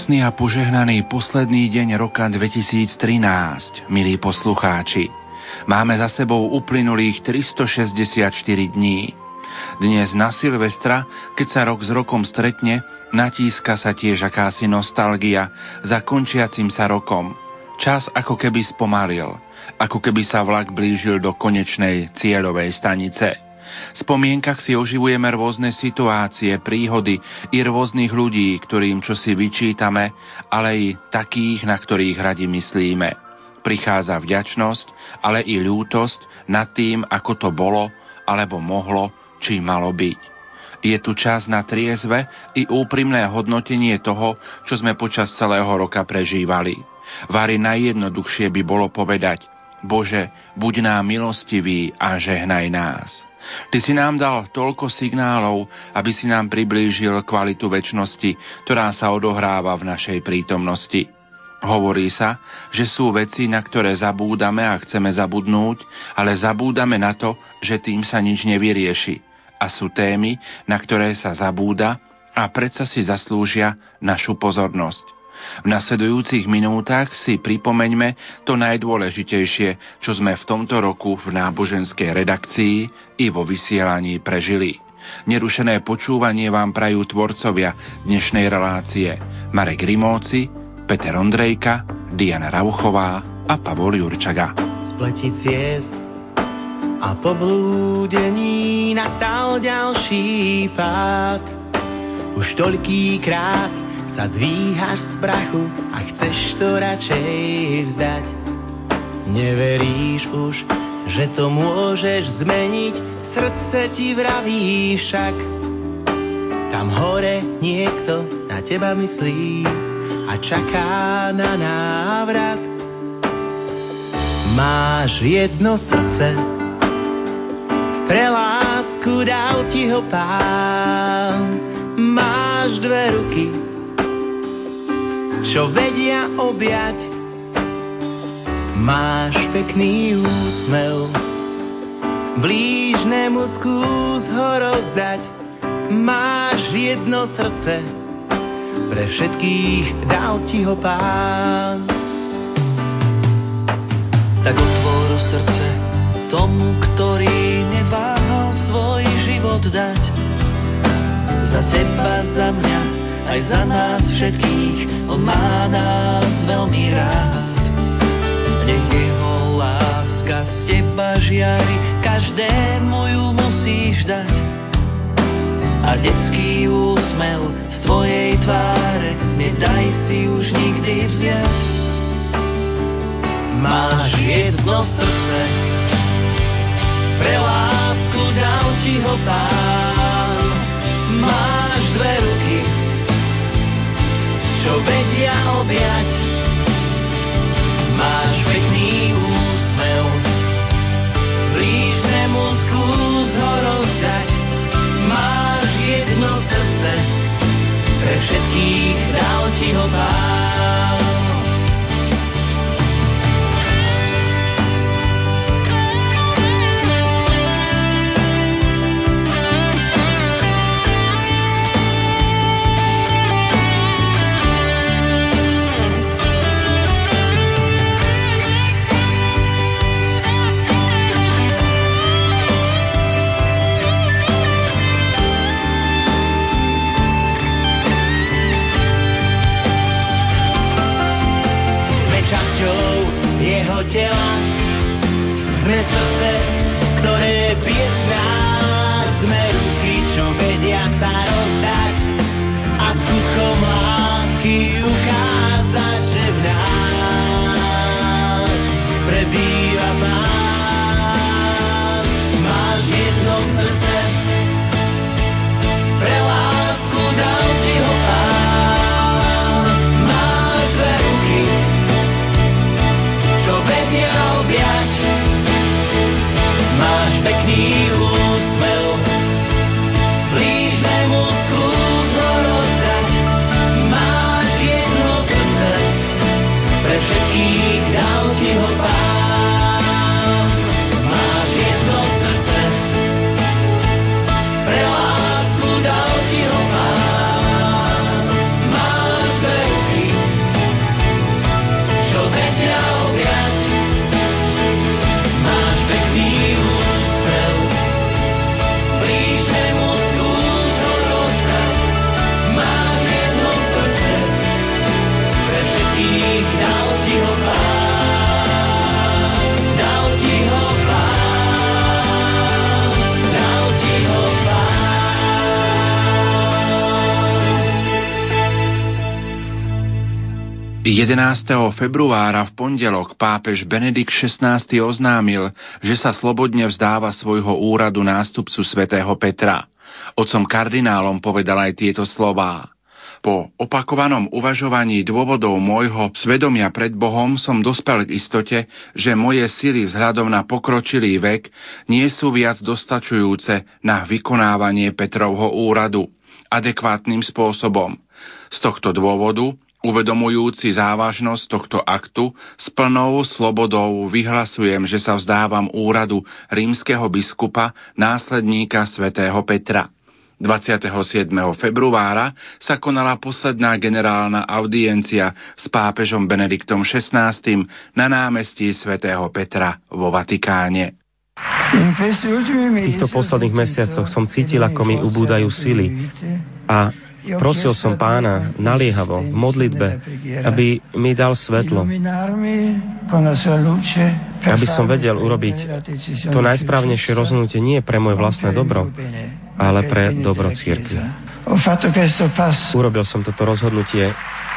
Krásny a požehnaný posledný deň roka 2013, milí poslucháči. Máme za sebou uplynulých 364 dní. Dnes na Silvestra, keď sa rok s rokom stretne, natíska sa tiež akási nostalgia za končiacim sa rokom. Čas ako keby spomalil, ako keby sa vlak blížil do konečnej cieľovej stanice. V spomienkach si oživujeme rôzne situácie, príhody i rôznych ľudí, ktorým čosi vyčítame, ale i takých, na ktorých radi myslíme. Prichádza vďačnosť, ale i ľútosť nad tým, ako to bolo, alebo mohlo, či malo byť. Je tu čas na triezve i úprimné hodnotenie toho, čo sme počas celého roka prežívali. Vari najjednoduchšie by bolo povedať: Bože, buď nám milostivý a žehnaj nás. Ty si nám dal toľko signálov, aby si nám priblížil kvalitu večnosti, ktorá sa odohráva v našej prítomnosti. Hovorí sa, že sú veci, na ktoré zabúdame a chceme zabudnúť, ale zabúdame na to, že tým sa nič nevyrieši. A sú témy, na ktoré sa zabúda a predsa si zaslúžia našu pozornosť. V nasledujúcich minútach si pripomeňme to najdôležitejšie, čo sme v tomto roku v náboženskej redakcii i vo vysielaní prežili. Nerušené počúvanie vám prajú tvorcovia dnešnej relácie: Marek Rimóci, Peter Ondrejka, Diana Rauchová a Pavol Jurčaga. Spletiť ciest a po blúdení nastal ďalší pád. Už toľkýkrát sa dvíhaš z prachu a chceš to radšej vzdať. Neveríš už, že to môžeš zmeniť, srdce ti vraví však. Tam hore niekto na teba myslí a čaká na návrat. Máš jedno srdce, pre lásku dal ti ho Pán. Máš dve ruky, čo vedia objať. Máš pekný úsmev, blížnemu skús ho rozdať. Máš jedno srdce, pre všetkých dal ti ho Pán. Tak otvor srdce tomu, ktorý neváhal svoj život dať. Za teba, za mňa, aj za nás všetkých, on má nás veľmi rád. Nech jeho láska z teba žiari, každému ju musíš dať. A detský úsmev z tvojej tváre nedaj si už nikdy vziať. Máš jedno srdce, pre lásku dal ti ho Pán. Máš dve ruky, čo vedia objať. Máš pekný úsmev, blížnemu skús ho rozdať. Máš jedno srdce, pre všetkých dal ti ho Pán. Tela, sme srdce, ktoré bije z nás, sme ruky, čo vedia sa rozdať a skutkom lásky ukázať, že v nás prebýva Pán. Máš jedno srdce, pre lásku dal ti ho Pán. Máš dve ruky, čo vedia objať. Máš pekný úsmev, blížnemu skús ho rozdať. Máš jedno srdce, pre všetkých dal ti ho Pán. 11. februára v pondelok pápež Benedikt XVI oznámil, že sa slobodne vzdáva svojho úradu nástupcu svätého Petra. Otcom kardinálom povedal aj tieto slová. Po opakovanom uvažovaní dôvodov môjho svedomia pred Bohom som dospel k istote, že moje sily vzhľadom na pokročilý vek nie sú viac dostačujúce na vykonávanie Petrovho úradu adekvátnym spôsobom. Z tohto dôvodu, uvedomujúci závažnosť tohto aktu, s plnou slobodou vyhlasujem, že sa vzdávam úradu rímskeho biskupa, následníka svätého Petra. 27. februára sa konala posledná generálna audiencia s pápežom Benediktom XVI na námestí svätého Petra vo Vatikáne. V týchto posledných mesiacoch som cítil, ako mi ubúdajú sily a prosil som Pána naliehavo v modlitbe, aby mi dal svetlo, aby som vedel urobiť to najsprávnejšie rozhodnutie nie pre moje vlastné dobro, ale pre dobro cirkvi. Urobil som toto rozhodnutie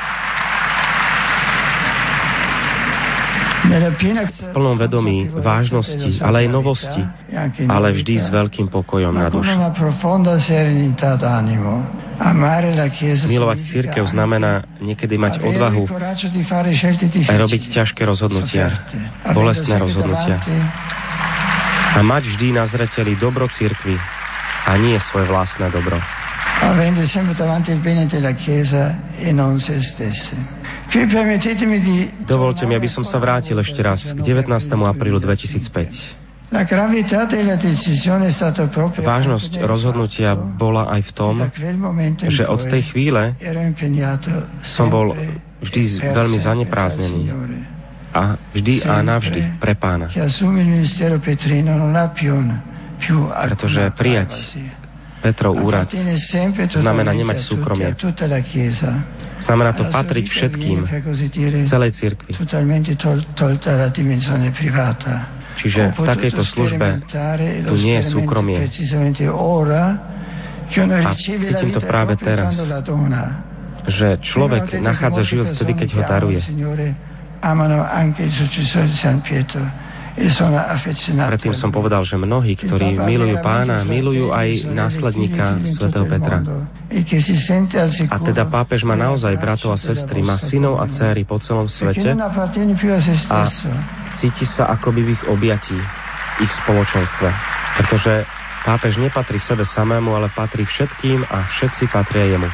v plnom vedomí vážnosti, ale aj novosti, ale vždy s veľkým pokojom na duši. Milovať cirkev znamená niekedy mať odvahu aj robiť ťažké rozhodnutia, bolestné rozhodnutia. A mať vždy na zreteli dobro cirkvi a nie svoje vlastné dobro. Dovolte mi, aby som sa vrátil ešte raz k 19. aprílu 2005. Vážnosť rozhodnutia bola aj v tom, že od tej chvíle som bol vždy veľmi zaneprázdnený a vždy a navždy pre Pána. Pretože prijať Petrov úrad znamená nemať súkromie. Znamená to patriť všetkým, celej cirkvi. Čiže v takejto službe tu nie je súkromie. A cítim to práve teraz, že človek nachádza život vtedy, keď ho daruje. Predtým som povedal, že mnohí, ktorí milujú Pána, milujú aj následníka svätého Petra. A teda pápež má naozaj bratov a sestry, má synov a dcéry po celom svete a cíti sa akoby v ich objatí, ich spoločenstve. Pretože pápež nepatrí sebe samému, ale patrí všetkým a všetci patria jemu.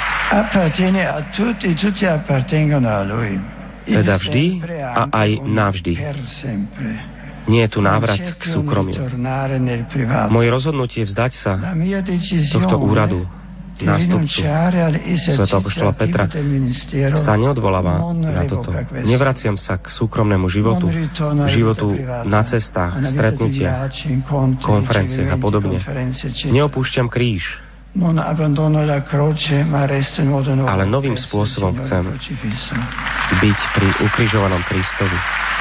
Teda vždy a aj navždy. Nie je tu návrat k súkromiu. Moje rozhodnutie vzdať sa tohto úradu nástupcu svätého apoštola Petra sa neodvoláva na toto. Nevraciam sa k súkromnému životu, na cestách, stretnutiach, konferenciách a podobne. Neopúšťam kríž, ale novým spôsobom chcem byť pri ukrižovanom Kristovi.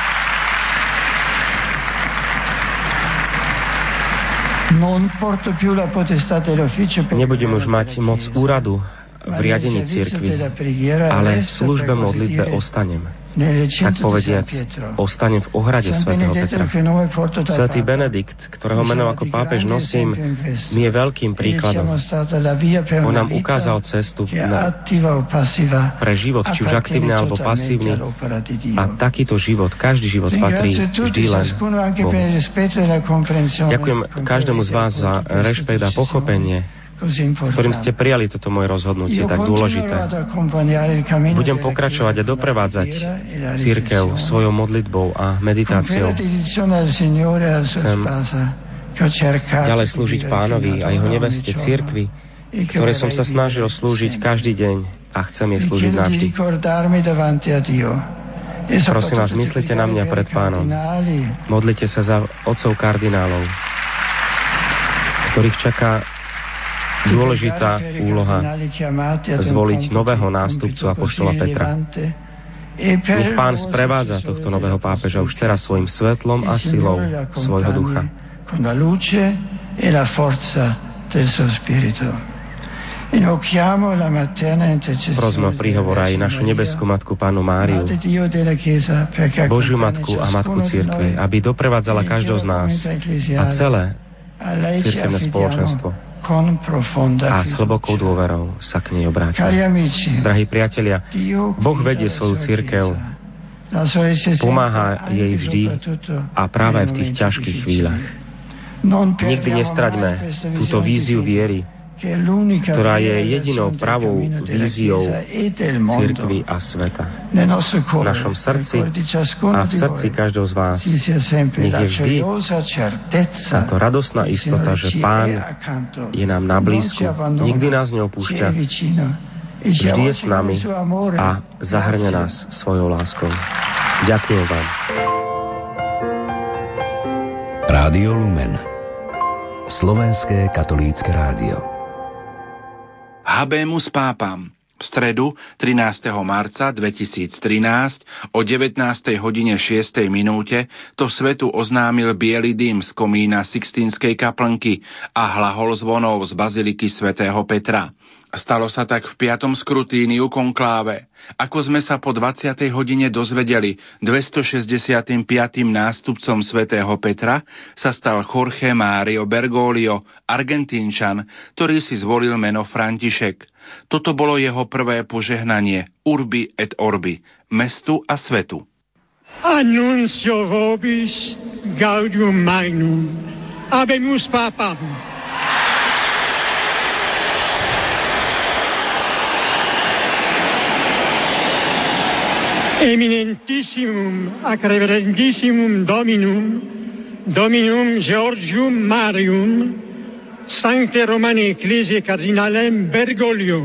Nebudem už mať moc úradu v riadení cirkvi, ale v službe modlitbe ostanem. Tak povediac, ostanem v ohrade svätého Petra. Svätý Benedikt, ktorého meno ako pápež nosím, mi je veľkým príkladom. On nám ukázal cestu pre život, či už aktívny alebo pasívny. A takýto život, každý život patrí vždy len Bohu. Ďakujem každému z vás za rešpekt a pochopenie, s ktorým ste prijali toto moje rozhodnutie tak dôležité. Budem pokračovať a doprevádzať cirkev svojou modlitbou a meditáciou. Chcem ďalej slúžiť Pánovi a jeho neveste cirkvi, ktoré som sa snažil slúžiť každý deň a chcem jej slúžiť navždy. Prosím vás, myslite na mňa pred Pánom. Modlite sa za otcov kardinálov, ktorých čaká dôležitá úloha zvoliť nového nástupcu apoštola Petra. Nech Pán sprevádza tohto nového pápeža už teraz svojim svetlom a silou svojho ducha. Prosme o príhovor aj našu nebeskú Matku Pannu Máriu, Božiu Matku a Matku Cirkvi, aby doprevádzala každého z nás a celé cirkevné spoločenstvo a s hlbokou dôverou sa k nej obrátime. Drahí priatelia, Boh vedie svoju cirkev, pomáha jej vždy a práve v tých ťažkých chvíľach. Nikdy nestraťme túto víziu viery, ktorá je jedinou pravou víziou cirkvi a sveta. V našom srdci a v srdci každého z vás nech je vždy táto radosná istota, že Pán je nám na blízku, nikdy nás neopúšťa, vždy je s nami a zahrňa nás svojou láskou. Ďakujem vám. Rádio Lumen, slovenské katolícke rádio. Habemus Pápam. V stredu 13. marca 2013 o 19:06 to svetu oznámil biely dym z komína Sixtínskej kaplnky a hlahol zvonov z baziliky svätého Petra. Stalo sa tak v 5. skrutíniu konkláve. Ako sme sa po 20. hodine dozvedeli, 265. nástupcom svätého Petra sa stal Jorge Mario Bergoglio, Argentínčan, ktorý si zvolil meno František. Toto bolo jeho prvé požehnanie Urbi et Orbi, mestu a svetu. Annuncio vobis gaudium magnum, habemus Papam. Eminentissimum ac reverendissimum Dominum Georgium Marium, Sancte Romane Ecclesiae Cardinalem Bergoglio,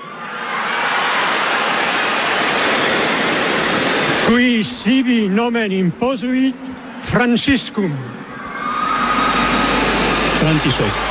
qui sibi nomen imposuit Franciscum. František.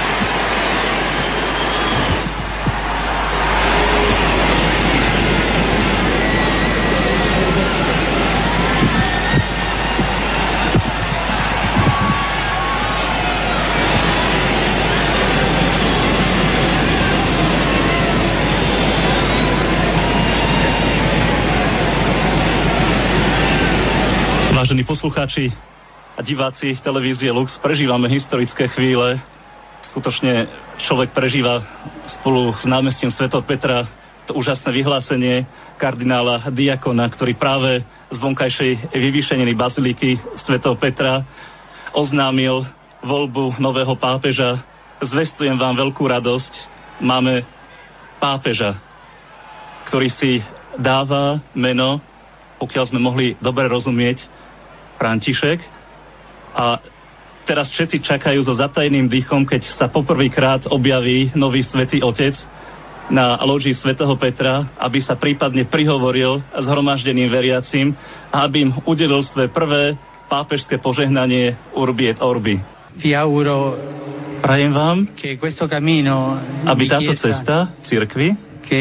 Vážení poslucháči a diváci televízie Lux, prežívame historické chvíle. Skutočne človek prežíva spolu s námestím svätého Petra to úžasné vyhlásenie kardinála Diakona, ktorý práve z vonkajšej vyvýšeniny baziliky svätého Petra oznámil voľbu nového pápeža. Zvestujem vám veľkú radosť. Máme pápeža, ktorý si dáva meno, pokiaľ sme mohli dobre rozumieť, František. A teraz všetci čakajú so zatajeným dýchom, keď sa poprvýkrát objaví nový svätý Otec na loďi svätého Petra, aby sa prípadne prihovoril zhromaždeným veriacim a aby im udelil svoje prvé pápežské požehnanie Urbi et Orbi. Prajem vám, aby táto cesta cirkvi,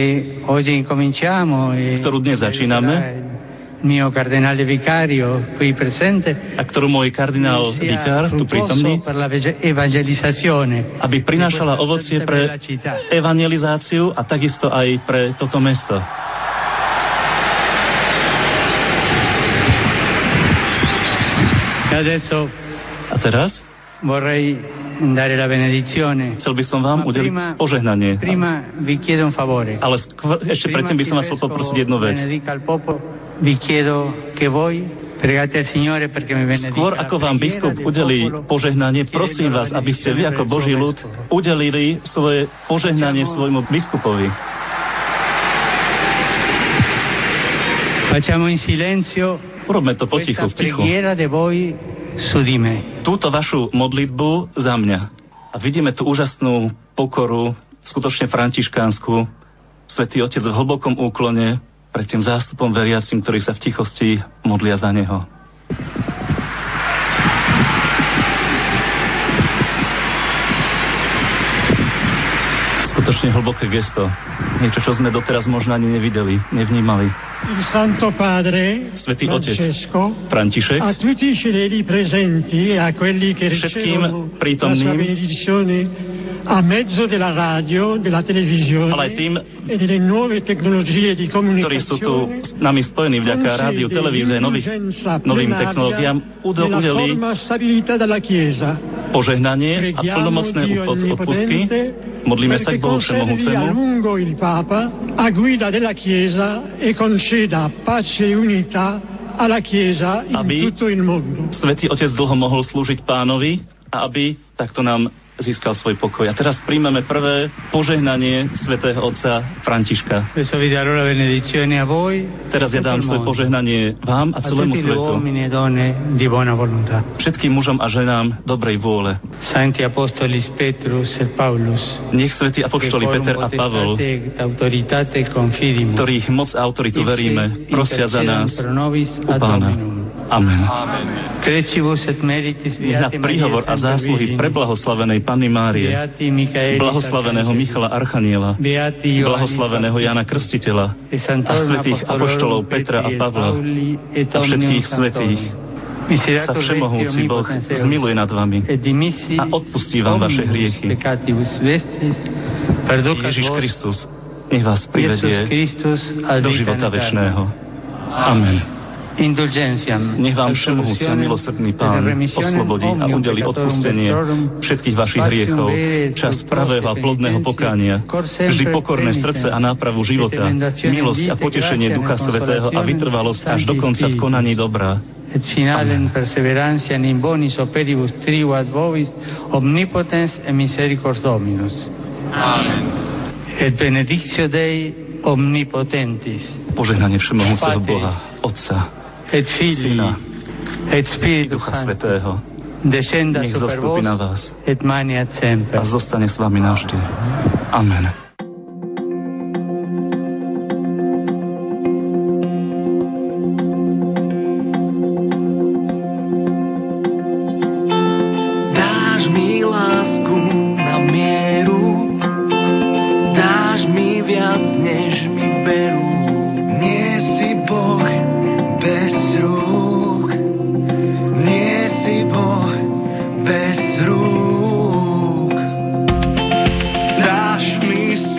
ktorú dnes začíname, mio cardinale vicario qui presente, a ktorú môj kardinál vikár tu prítomný, aby prinášala ovocie pre evangelizáciu a takisto aj pre toto mesto. A teraz dare la benedizione. Chcel by som vám udeliť požehnanie. Vi chiedo un favore. Ale ešte predtým by som vás chcel poprosiť jednu vec. Vi chiedo che voi pregate al Signore perché mi benedica. Skôr ako vám biskup udelí požehnanie, prosím vás, aby ste vy ako Boží ľud udelili svoje požehnanie svojmu biskupovi. Facciamo in silenzio. Urobme to potichu, v tichu. Túto vašu modlitbu za mňa. A vidíme tú úžasnú pokoru, skutočne františkánsku. Svätý Otec v hlbokom úklone pred tým zástupom veriacim, ktorí sa v tichosti modlia za neho. Skutočne hlboké gesto. Niečo, čo sme doteraz možno ani nevideli, nevnímali. Svätý Otec František všetkým prítomným a mezzo della radio, della televisione, ale aj tým, e delle nuove tecnologie di ktorí sú tu s nami spojení vďaka rádiu, televízie, novým technológiám, udeli požehnanie a plnomocné odpustky. Modlíme sa k Bohu Všemohúcemu, a guida della Chiesa e conceda pace e unità alla Chiesa in tutto il mondo. Svätý Otec dlho mohol slúžiť Pánovi a aby takto nám získal svoj pokoj. A teraz príjmeme prvé požehnanie svätého otca Františka. Teraz ja dám svoje požehnanie vám a celému svetu. Všetkým mužom a ženám dobrej vôle. Nech svätí apoštoli Peter a Pavol, ktorých moc a autoritu veríme, prosia za nás u Pána. Amen. Na príhovor a zásluhy preblahoslavenej Panny Márie, blahoslaveného Michala Archaniela, blahoslaveného Jana Krstiteľa a svätých apoštolov Petra a Pavla a všetkých svätých sa Všemohúci Boh zmiluje nad vami a odpustí vám vaše hriechy. Ježiš Kristus nech vás privedie do života večného. Amen. Nech vám Všemohúci a milosrdný Pán oslobodí a udeli odpustenie všetkých vašich hriechov, čas pravého a plodného pokánia, vždy pokorné srdce a nápravu života, milosť a potešenie Ducha Svätého a vytrvalosť až do konca v konaní dobrá. Et finalem perseverantia in bonis operibus tribuat vobis omnipotens et misericordias Dominus. Amen. Et benedictio Dei omnipotentis. Požehnanie Všemohúceho Boha, Otca, et Filii, et Spiritus Ducha Svätého, nech zostupí na vás a zostane s vami navždy. Amen. Dáš mi lásku na mieru, dáš mi viac, než mi berú. Nie si Boh bez rúk, nie si Boh bez rúk. Dáš mi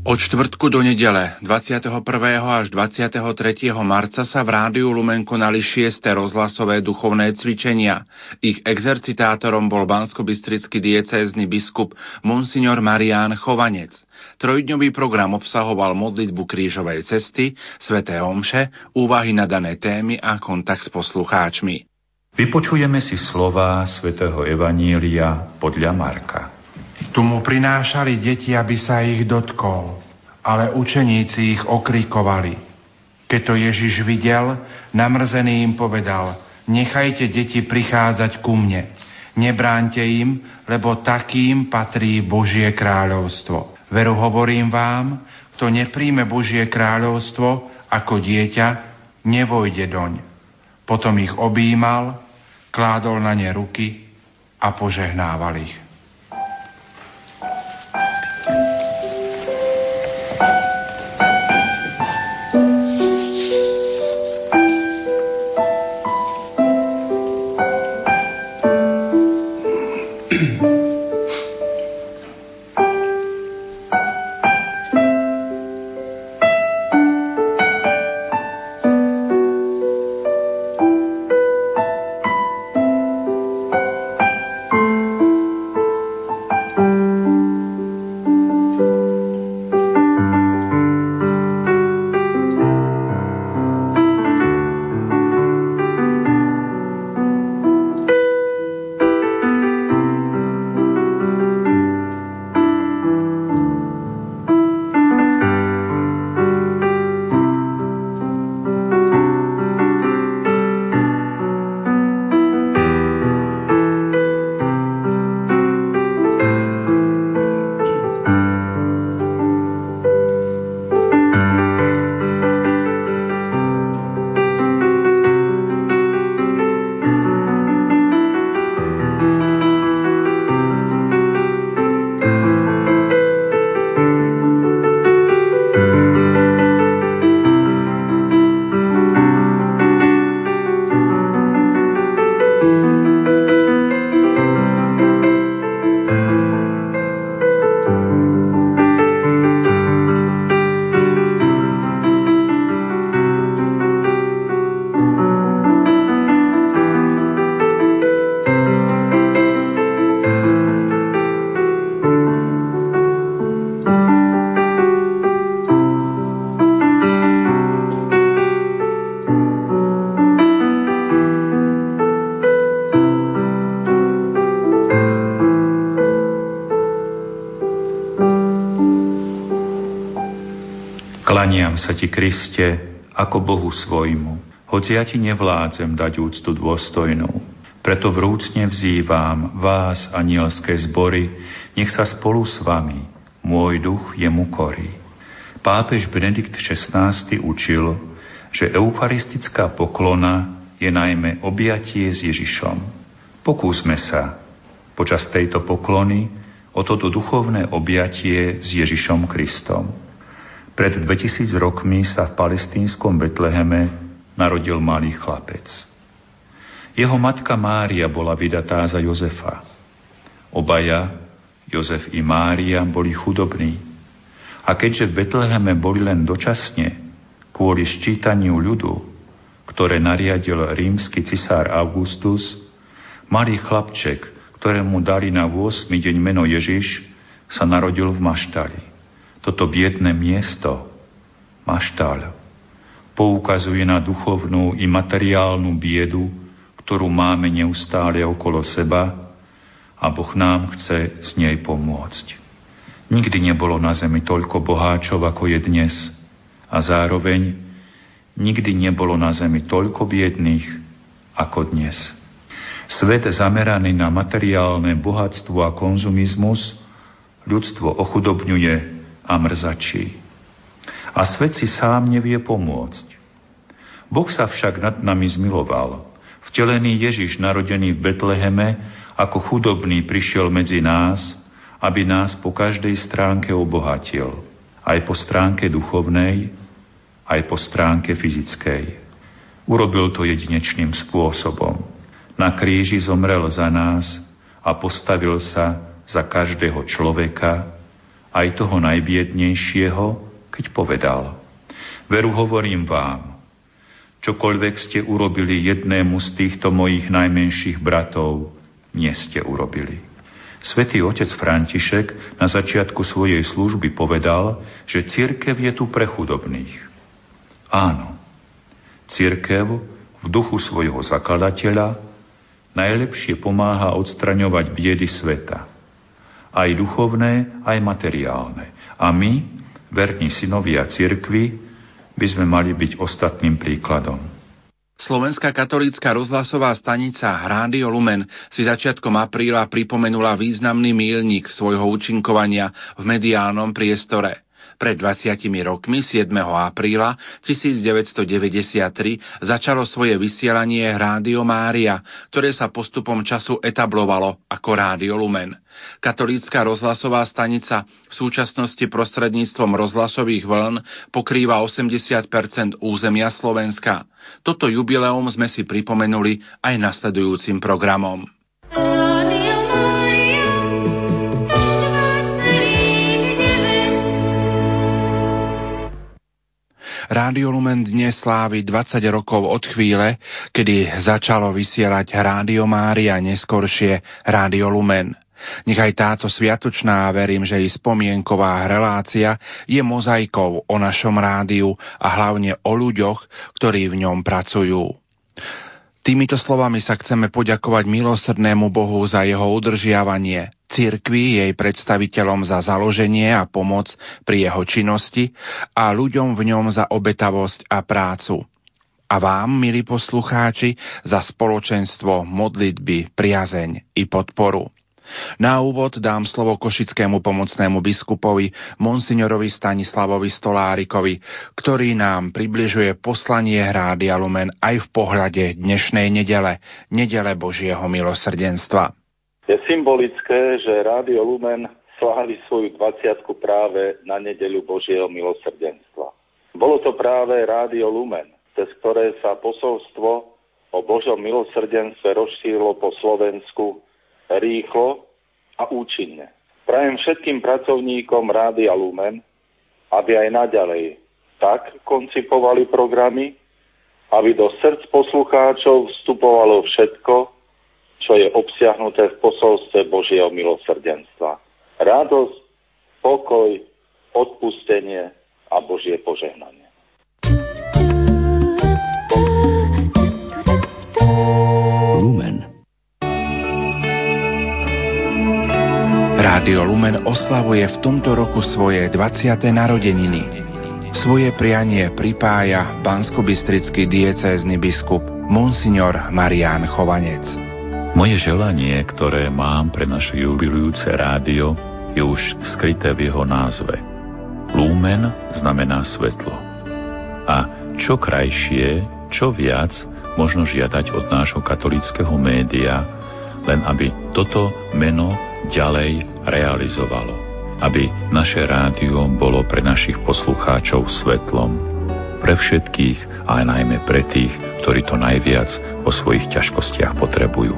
Od štvrtku do nedele 21. až 23. marca sa v Rádiu Lumen konali 6. rozhlasové duchovné cvičenia. Ich exercitátorom bol banskobystrický diecézny biskup Monsignor Marián Chovanec. Trojdňový program obsahoval modlitbu krížovej cesty, sväté omše, úvahy na dané témy a kontakt s poslucháčmi. Vypočujeme si slová svätého Evanília podľa Marka. Tu mu prinášali deti, aby sa ich dotkol, ale učeníci ich okrikovali. Keď to Ježiš videl, namrzený im povedal: nechajte deti prichádzať ku mne. Nebráňte im, lebo takým patrí Božie kráľovstvo. Veru hovorím vám, kto nepríjme Božie kráľovstvo ako dieťa, nevojde doň. Potom ich objímal, kládol na ne ruky a požehnával ich. Klaniam sa ti, Kriste, ako Bohu svojmu, hoci ja ti nevládzem dať úctu dôstojnú. Preto vrúcne vzývam vás, anielské zbory, nech sa spolu s vami môj duch jemu korí. Pápež Benedikt XVI učil, že eucharistická poklona je najmä objatie s Ježišom. Pokúsme sa počas tejto poklony o toto duchovné objatie s Ježišom Kristom. Pred 2000 rokmi sa v palestínskom Betleheme narodil malý chlapec. Jeho matka Mária bola vydatá za Jozefa. Obaja, Jozef i Mária, boli chudobní. A keďže v Betleheme boli len dočasne, kvôli ščítaniu ľudu, ktoré nariadil rímsky cisár Augustus, malý chlapček, ktorému dali na 8. deň meno Ježiš, sa narodil v maštali. Toto biedné miesto, maštaľ, poukazuje na duchovnú i materiálnu biedu, ktorú máme neustále okolo seba, a Boh nám chce z nej pomôcť. Nikdy nebolo na zemi toľko boháčov, ako je dnes, a zároveň nikdy nebolo na zemi toľko biedných, ako dnes. Svet zameraný na materiálne bohatstvo a konzumizmus ľudstvo ochudobňuje a mrzačí. A svet si sám nevie pomôcť. Boh sa však nad nami zmiloval. Vtelený Ježiš, narodený v Betleheme, ako chudobný prišiel medzi nás, aby nás po každej stránke obohatil. Aj po stránke duchovnej, aj po stránke fyzickej. Urobil to jedinečným spôsobom. Na kríži zomrel za nás a postavil sa za každého človeka, aj toho najbiednejšieho, keď povedal: Veru hovorím vám, čokoľvek ste urobili jednému z týchto mojich najmenších bratov, mne ste urobili. Svätý otec František na začiatku svojej služby povedal, že cirkev je tu pre chudobných. Áno, cirkev v duchu svojho zakladateľa najlepšie pomáha odstraňovať biedy sveta. Aj duchovné, aj materiálne. A my, verní synovia cirkvi, by sme mali byť ostatným príkladom. Slovenská katolícka rozhlasová stanica Rádio Lumen si začiatkom apríla pripomenula významný míľnik svojho účinkovania v mediálnom priestore. Pred 20 rokmi, 7. apríla 1993, začalo svoje vysielanie Rádio Mária, ktoré sa postupom času etablovalo ako Rádio Lumen. Katolícka rozhlasová stanica v súčasnosti prostredníctvom rozhlasových vln pokrýva 80% územia Slovenska. Toto jubileum sme si pripomenuli aj nasledujúcim programom. Rádio Lumen dnes slávi 20 rokov od chvíle, kedy začalo vysielať Rádio Mária, neskoršie Rádio Lumen. Nechaj táto sviatočná, verím, že i spomienková relácia je mozaikou o našom rádiu a hlavne o ľuďoch, ktorí v ňom pracujú. Týmito slovami sa chceme poďakovať milosrdnému Bohu za jeho udržiavanie, cirkvi, jej predstaviteľom za založenie a pomoc pri jeho činnosti a ľuďom v ňom za obetavosť a prácu. A vám, milí poslucháči, za spoločenstvo, modlitby, priazeň i podporu. Na úvod dám slovo košickému pomocnému biskupovi monsignorovi Stanislavovi Stolárikovi, ktorý nám približuje poslanie Rádia Lumen aj v pohľade dnešnej nedele Božieho milosrdenstva. Je symbolické, že Rádio Lumen slávi svoju 20-ku práve na nedeľu Božieho milosrdenstva. Bolo to práve Rádio Lumen, cez ktoré sa posolstvo o Božom milosrdenstve rozšírilo po Slovensku rýchlo a účinne. Prajem všetkým pracovníkom Rádia Lumen, aby aj naďalej tak koncipovali programy, aby do srdc poslucháčov vstupovalo všetko, čo je obsiahnuté v posolstve Božieho milosrdenstva. Radosť, pokoj, odpustenie a Božie požehnanie. Rádio Lumen oslavuje v tomto roku svoje 20. narodeniny. Svoje prianie pripája banskobystrický diecézny biskup monsignor Marián Chovanec. Moje želanie, ktoré mám pre naše jubilujúce rádio, je už skryté v jeho názve. Lumen znamená svetlo. A čo krajšie, čo viac možno žiadať od nášho katolíckeho média, len aby toto meno ďalej realizovalo. Aby naše rádio bolo pre našich poslucháčov svetlom. Pre všetkých, ale najmä pre tých, ktorí to najviac vo svojich ťažkostiach potrebujú.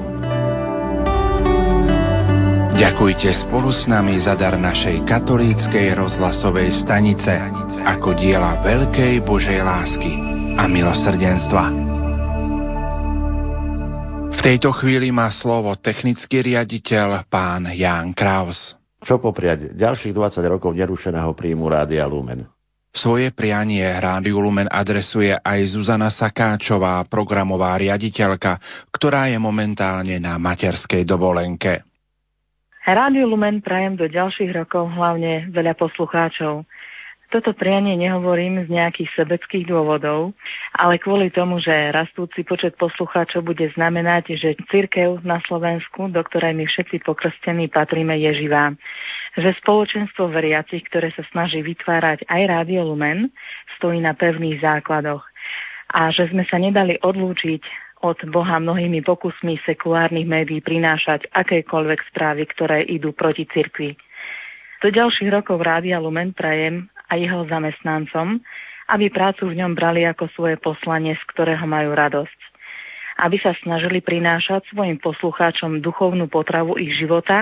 Ďakujte spolu s nami za dar našej katolíckej rozhlasovej stanice ako diela veľkej Božej lásky a milosrdenstva. V tejto chvíli má slovo technický riaditeľ pán Ján Kraus. Čo popriať ďalších 20 rokov nerušeného príjmu Rádia Lumen? Svoje prianie Rádiu Lumen adresuje aj Zuzana Sakáčová, programová riaditeľka, ktorá je momentálne na materskej dovolenke. Rádiu Lumen prajem do ďalších rokov hlavne veľa poslucháčov. Toto prianie nehovorím z nejakých sebeckých dôvodov, ale kvôli tomu, že rastúci počet poslucháčov bude znamenať, že cirkev na Slovensku, do ktorej my všetci pokrstení patríme, je živá. Že spoločenstvo veriacich, ktoré sa snaží vytvárať aj Rádio Lumen, stojí na pevných základoch. A že sme sa nedali odlúčiť od Boha mnohými pokusmi sekulárnych médií prinášať akékoľvek správy, ktoré idú proti cirkvi. Do ďalších rokov Rádia Lumen prajem a jeho zamestnancom, aby prácu v ňom brali ako svoje poslanie, z ktorého majú radosť. Aby sa snažili prinášať svojim poslucháčom duchovnú potravu ich života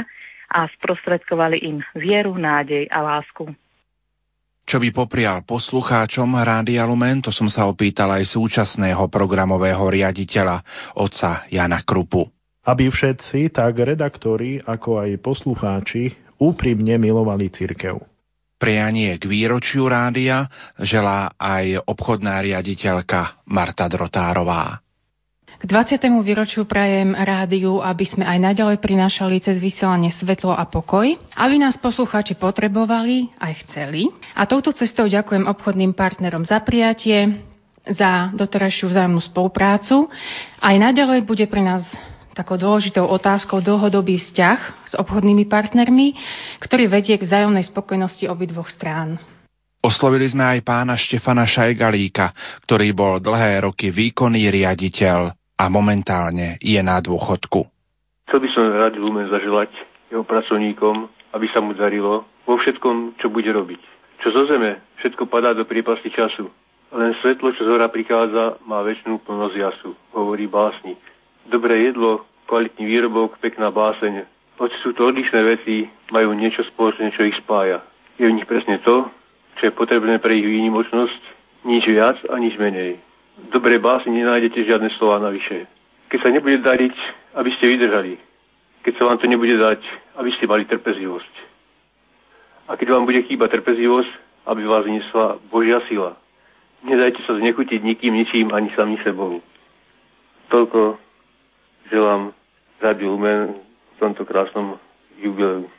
a sprostredkovali im vieru, nádej a lásku. Čo by poprial poslucháčom Rádia Lumen, to som sa opýtal aj súčasného programového riaditeľa, otca Jana Krupu. Aby všetci, tak redaktori, ako aj poslucháči, úprimne milovali cirkev. Prianie k výročiu rádia želá aj obchodná riaditeľka Marta Drotárová. K 20. výročiu prajem rádiu, aby sme aj naďalej prinášali cez vysielanie svetlo a pokoj, aby nás poslucháči potrebovali aj chceli. A touto cestou ďakujem obchodným partnerom za prijatie, za doterajšiu vzájomnú spoluprácu. Aj naďalej bude pre nás takou dôležitou otázkou dlhodobý vzťah s obchodnými partnermi, ktorý vedie k vzájomnej spokojnosti obidvoch strán. Oslovili sme aj pána Štefana Šajgalíka, ktorý bol dlhé roky výkonný riaditeľ a momentálne je na dôchodku. Chcel by som Rádiu Lumen zaželať jeho pracovníkom, aby sa mu darilo vo všetkom, čo bude robiť. Čo zo zeme, všetko padá do priepasti času. Len svetlo, čo z hora prichádza, má večnú plnosť jasu, hovorí básnik. Dobré jedlo, kvalitný výrobok, pekná báseň. Hoci sú to odlišné veci, majú niečo spoločné, čo ich spája. Je v nich presne to, čo je potrebné pre ich výnimočnosť, nič viac a nič menej. Dobré básne nenájdete žiadne slova navyše. Keď sa nebude dariť, aby ste vydržali. Keď sa vám to nebude dať, aby ste mali trpezlivosť. A keď vám bude chýbať trpezlivosť, aby vás niesla Božia sila. Nedajte sa znechutiť nikým, ničím, ani sami sebou. Toľko želám Rádiu Lumen v tomto krásnom jubileu.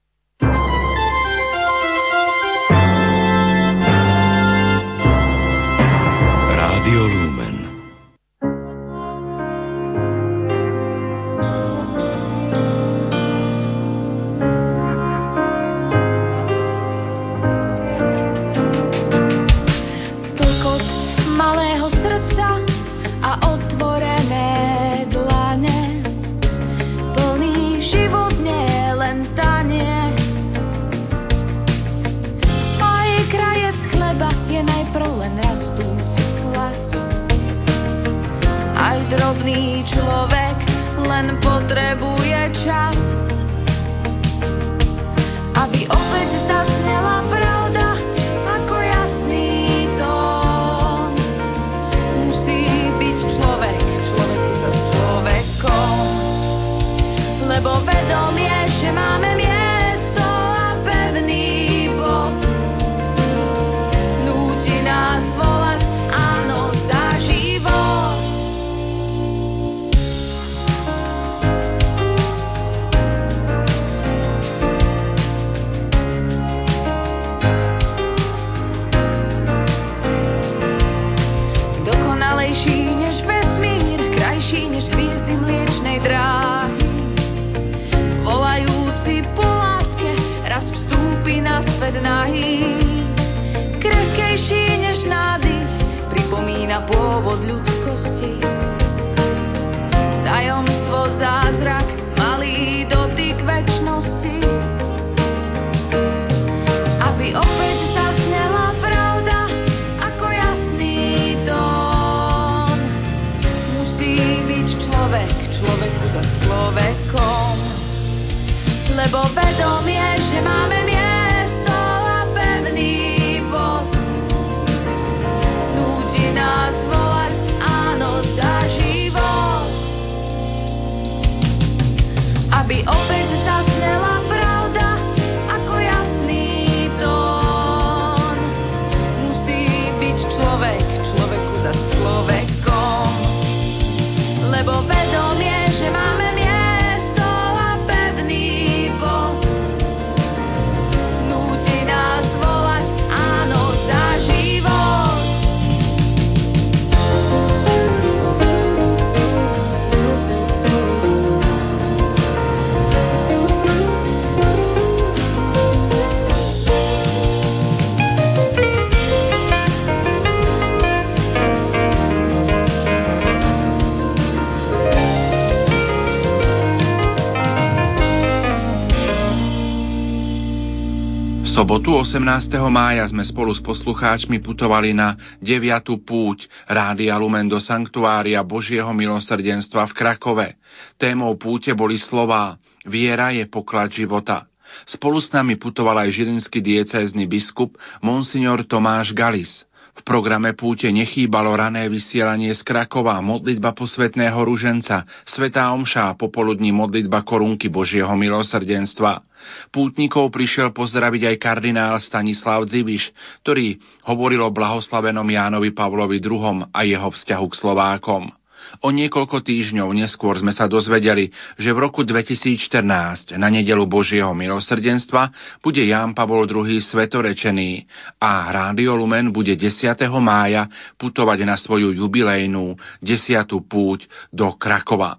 Rádio Lumen. Tlkot malého srdca a otvorené dlane, plný život nie len zdanie. Aj krajec chleba je najprv len rastúci klas. Aj drobný človek len potrebuje čas, aby opäť zaznela pravda ako jasný tón. Musí byť človek človeku za človekom, lebo vedomie, že máme miesto a pevný bod, núti nás volať áno za život. Dokonalejší než vesmír, krajší než hviezdy mliečnej dráhy, volajúci po láske, raz vstúpi na svet nahý. Krehkejší než nádych, pripomína pôvod ľudskosti. Tajomstvo, zázrak, malý dotyk večnosti. Aby opäť zaznela pravda ako jasný tón. Musí byť človek človeku za človekom, lebo vedomie, že máme miesto a pevný bod, núti nás volať áno za život. Aby opäť zaznela pravda ako jasný tón. Musí byť človek človeku za človekom, lebo vedomie, že máme miesto a pevný bod, sobotu 18. mája sme spolu s poslucháčmi putovali na 9. púť Rádia Lumen do sanktuária Božieho milosrdenstva v Krakove. Témou púte boli slová Viera je poklad života. Spolu s nami putoval aj žilinský diecézny biskup monsignor Tomáš Galis. V programe púte nechýbalo rané vysielanie z Krakova, modlitba posvätného ruženca, svätá omša a popoludní modlitba korunky Božieho milosrdenstva. Pútnikov prišiel pozdraviť aj kardinál Stanislav Dziviš, ktorý hovoril o blahoslavenom Jánovi Pavlovi II a jeho vzťahu k Slovákom. O niekoľko týždňov neskôr sme sa dozvedeli, že v roku 2014 na nedeľu Božieho milosrdenstva bude Ján Pavol II svetorečený a Rádio Lumen bude 10. mája putovať na svoju jubilejnú 10. púť do Krakova.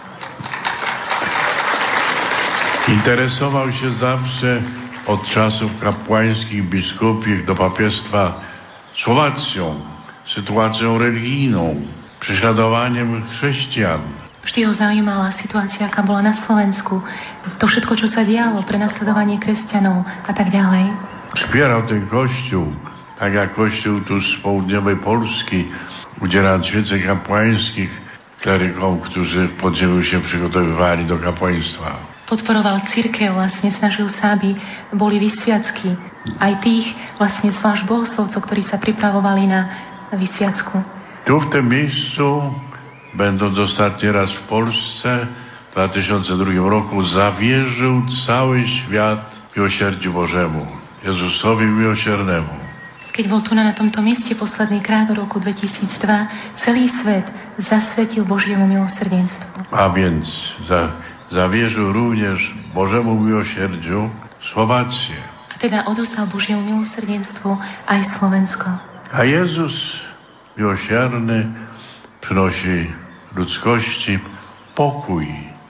Interesował się zawsze od czasów kapłańskich, biskupich do papiestwa Słowacją, sytuacją religijną, prześladowaniem chrześcijan. Vždy ho zaujímala situácia, aká bola na Slovensku, to všetko, čo sa dialo, prenasledovanie kresťanov a tak ďalej. Wspierał ten kościół, tak jak kościół tu z południowej Polski, udzielając świecek kapłańskich klerykom, którzy w podziemiu się przygotowywali do kapłaństwa. Podporoval cirkev, vlastne snažil sa, aby boli vysviacky aj tých vlastne zvlášť bohoslovcov, ktorí sa pripravovali na vysviacku. Tu w tym miejscu, będąc ostatni raz w Polsce w 2002 roku, zawierzył cały świat miłosierdziu Bożemu, Jezusowi miłosiernemu. Keď bol tu na tomto mieste posledný krát v roku 2002, celý svet zasvetil Božiemu milosrdenstvu. A więc zawierzył również Bożemu miłosierdziu Słowację. A teda odozdal Božiemu milosrdenstvu aj Slovensko. A Jezus miłosierny przynosi ludzkości pokój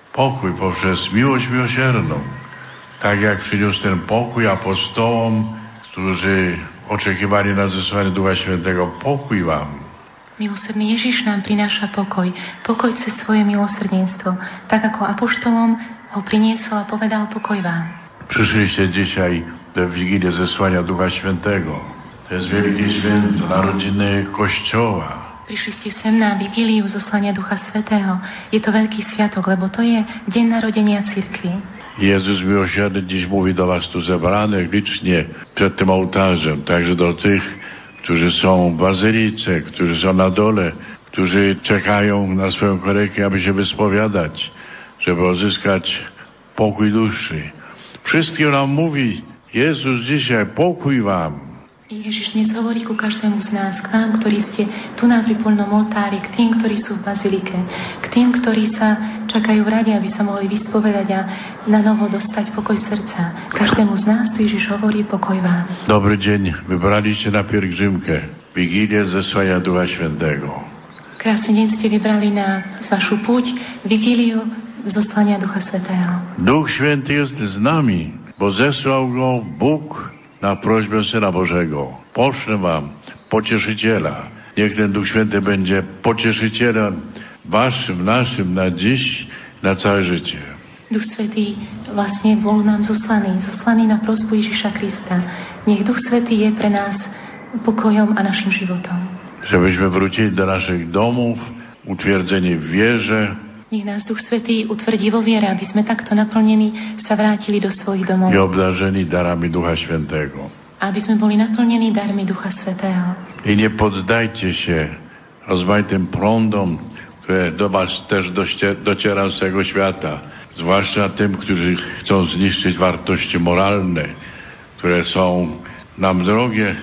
poprzez miłość miłosierną. Tak jak przyniósł ten pokój apostołom, którzy oczekiwali na zesłanie Ducha Świętego. Pokój wam. Milosrdný Ježiš nám prináša pokoj cez svoje milosrdenstvo, tak ako apoštolom ho priniesol a povedal pokoj vám. Przyszliście dzisiaj do Wigilii zesłania Ducha Świętego. To jest wielkie święto, narodziny Kościoła. Prišli ste sem na Vigíliu zoslania Ducha Svätého. Je to veľký sviatok, lebo to je deň narodenia cirkvi. Jezus miłosierny dziś mówi do was tu zebranych licznie przed tym ołtarzem, także do tych, którzy są w bazylice, którzy są na dole, którzy czekają na swoją korektę, aby się wyspowiadać, żeby uzyskać pokój duszy. Wszystkim nam mówi Jezus dzisiaj, pokój wam. Ježiš dnes hovorí ku každému z nás, k vám, ktorí ste tu na pripolnom oltári, k tým, ktorí sú v bazilike, k tým, ktorí sa čakajú v rade, aby sa mohli vyspovedať a na novo dostať pokoj srdca. Každému z nás tu Ježiš hovorí pokoj vám. Dobry dzień, wybraliście na pielgrzymkę, Wigilię zesłania Ducha Świętego. Krásny deň ste vybrali na vašu púť, Vigíliu zoslania Ducha Svätého. Duch Święty jest z nami, bo zesłał go Bóg na prośbę Syna Bożego. Poszlę wam Pocieszyciela. Niech ten Duch Święty będzie pocieszycielem waszym, naszym na dziś, na całe życie. Duch Svätý vlastne bol nám zoslaný na prosbu Ježiša Krista. Nech Duch Svätý je pre nás pokojom a našim životom. Żebyśmy wrócili do naszych domów, utwierdzeni w wierze. Nech nás Duch Svätý utvrdí vo viere, aby sme takto naplnení sa vrátili do svojich domov. I obdarzeni darami Ducha Świętego. Aby sme boli naplnení darmi Ducha Svätého. I nie poddajcie się rozmaitym prądom, które do was też docierają z całego świata. Zwłaszcza tym, którzy chcą zniszczyć wartości moralne, które są nam drogie,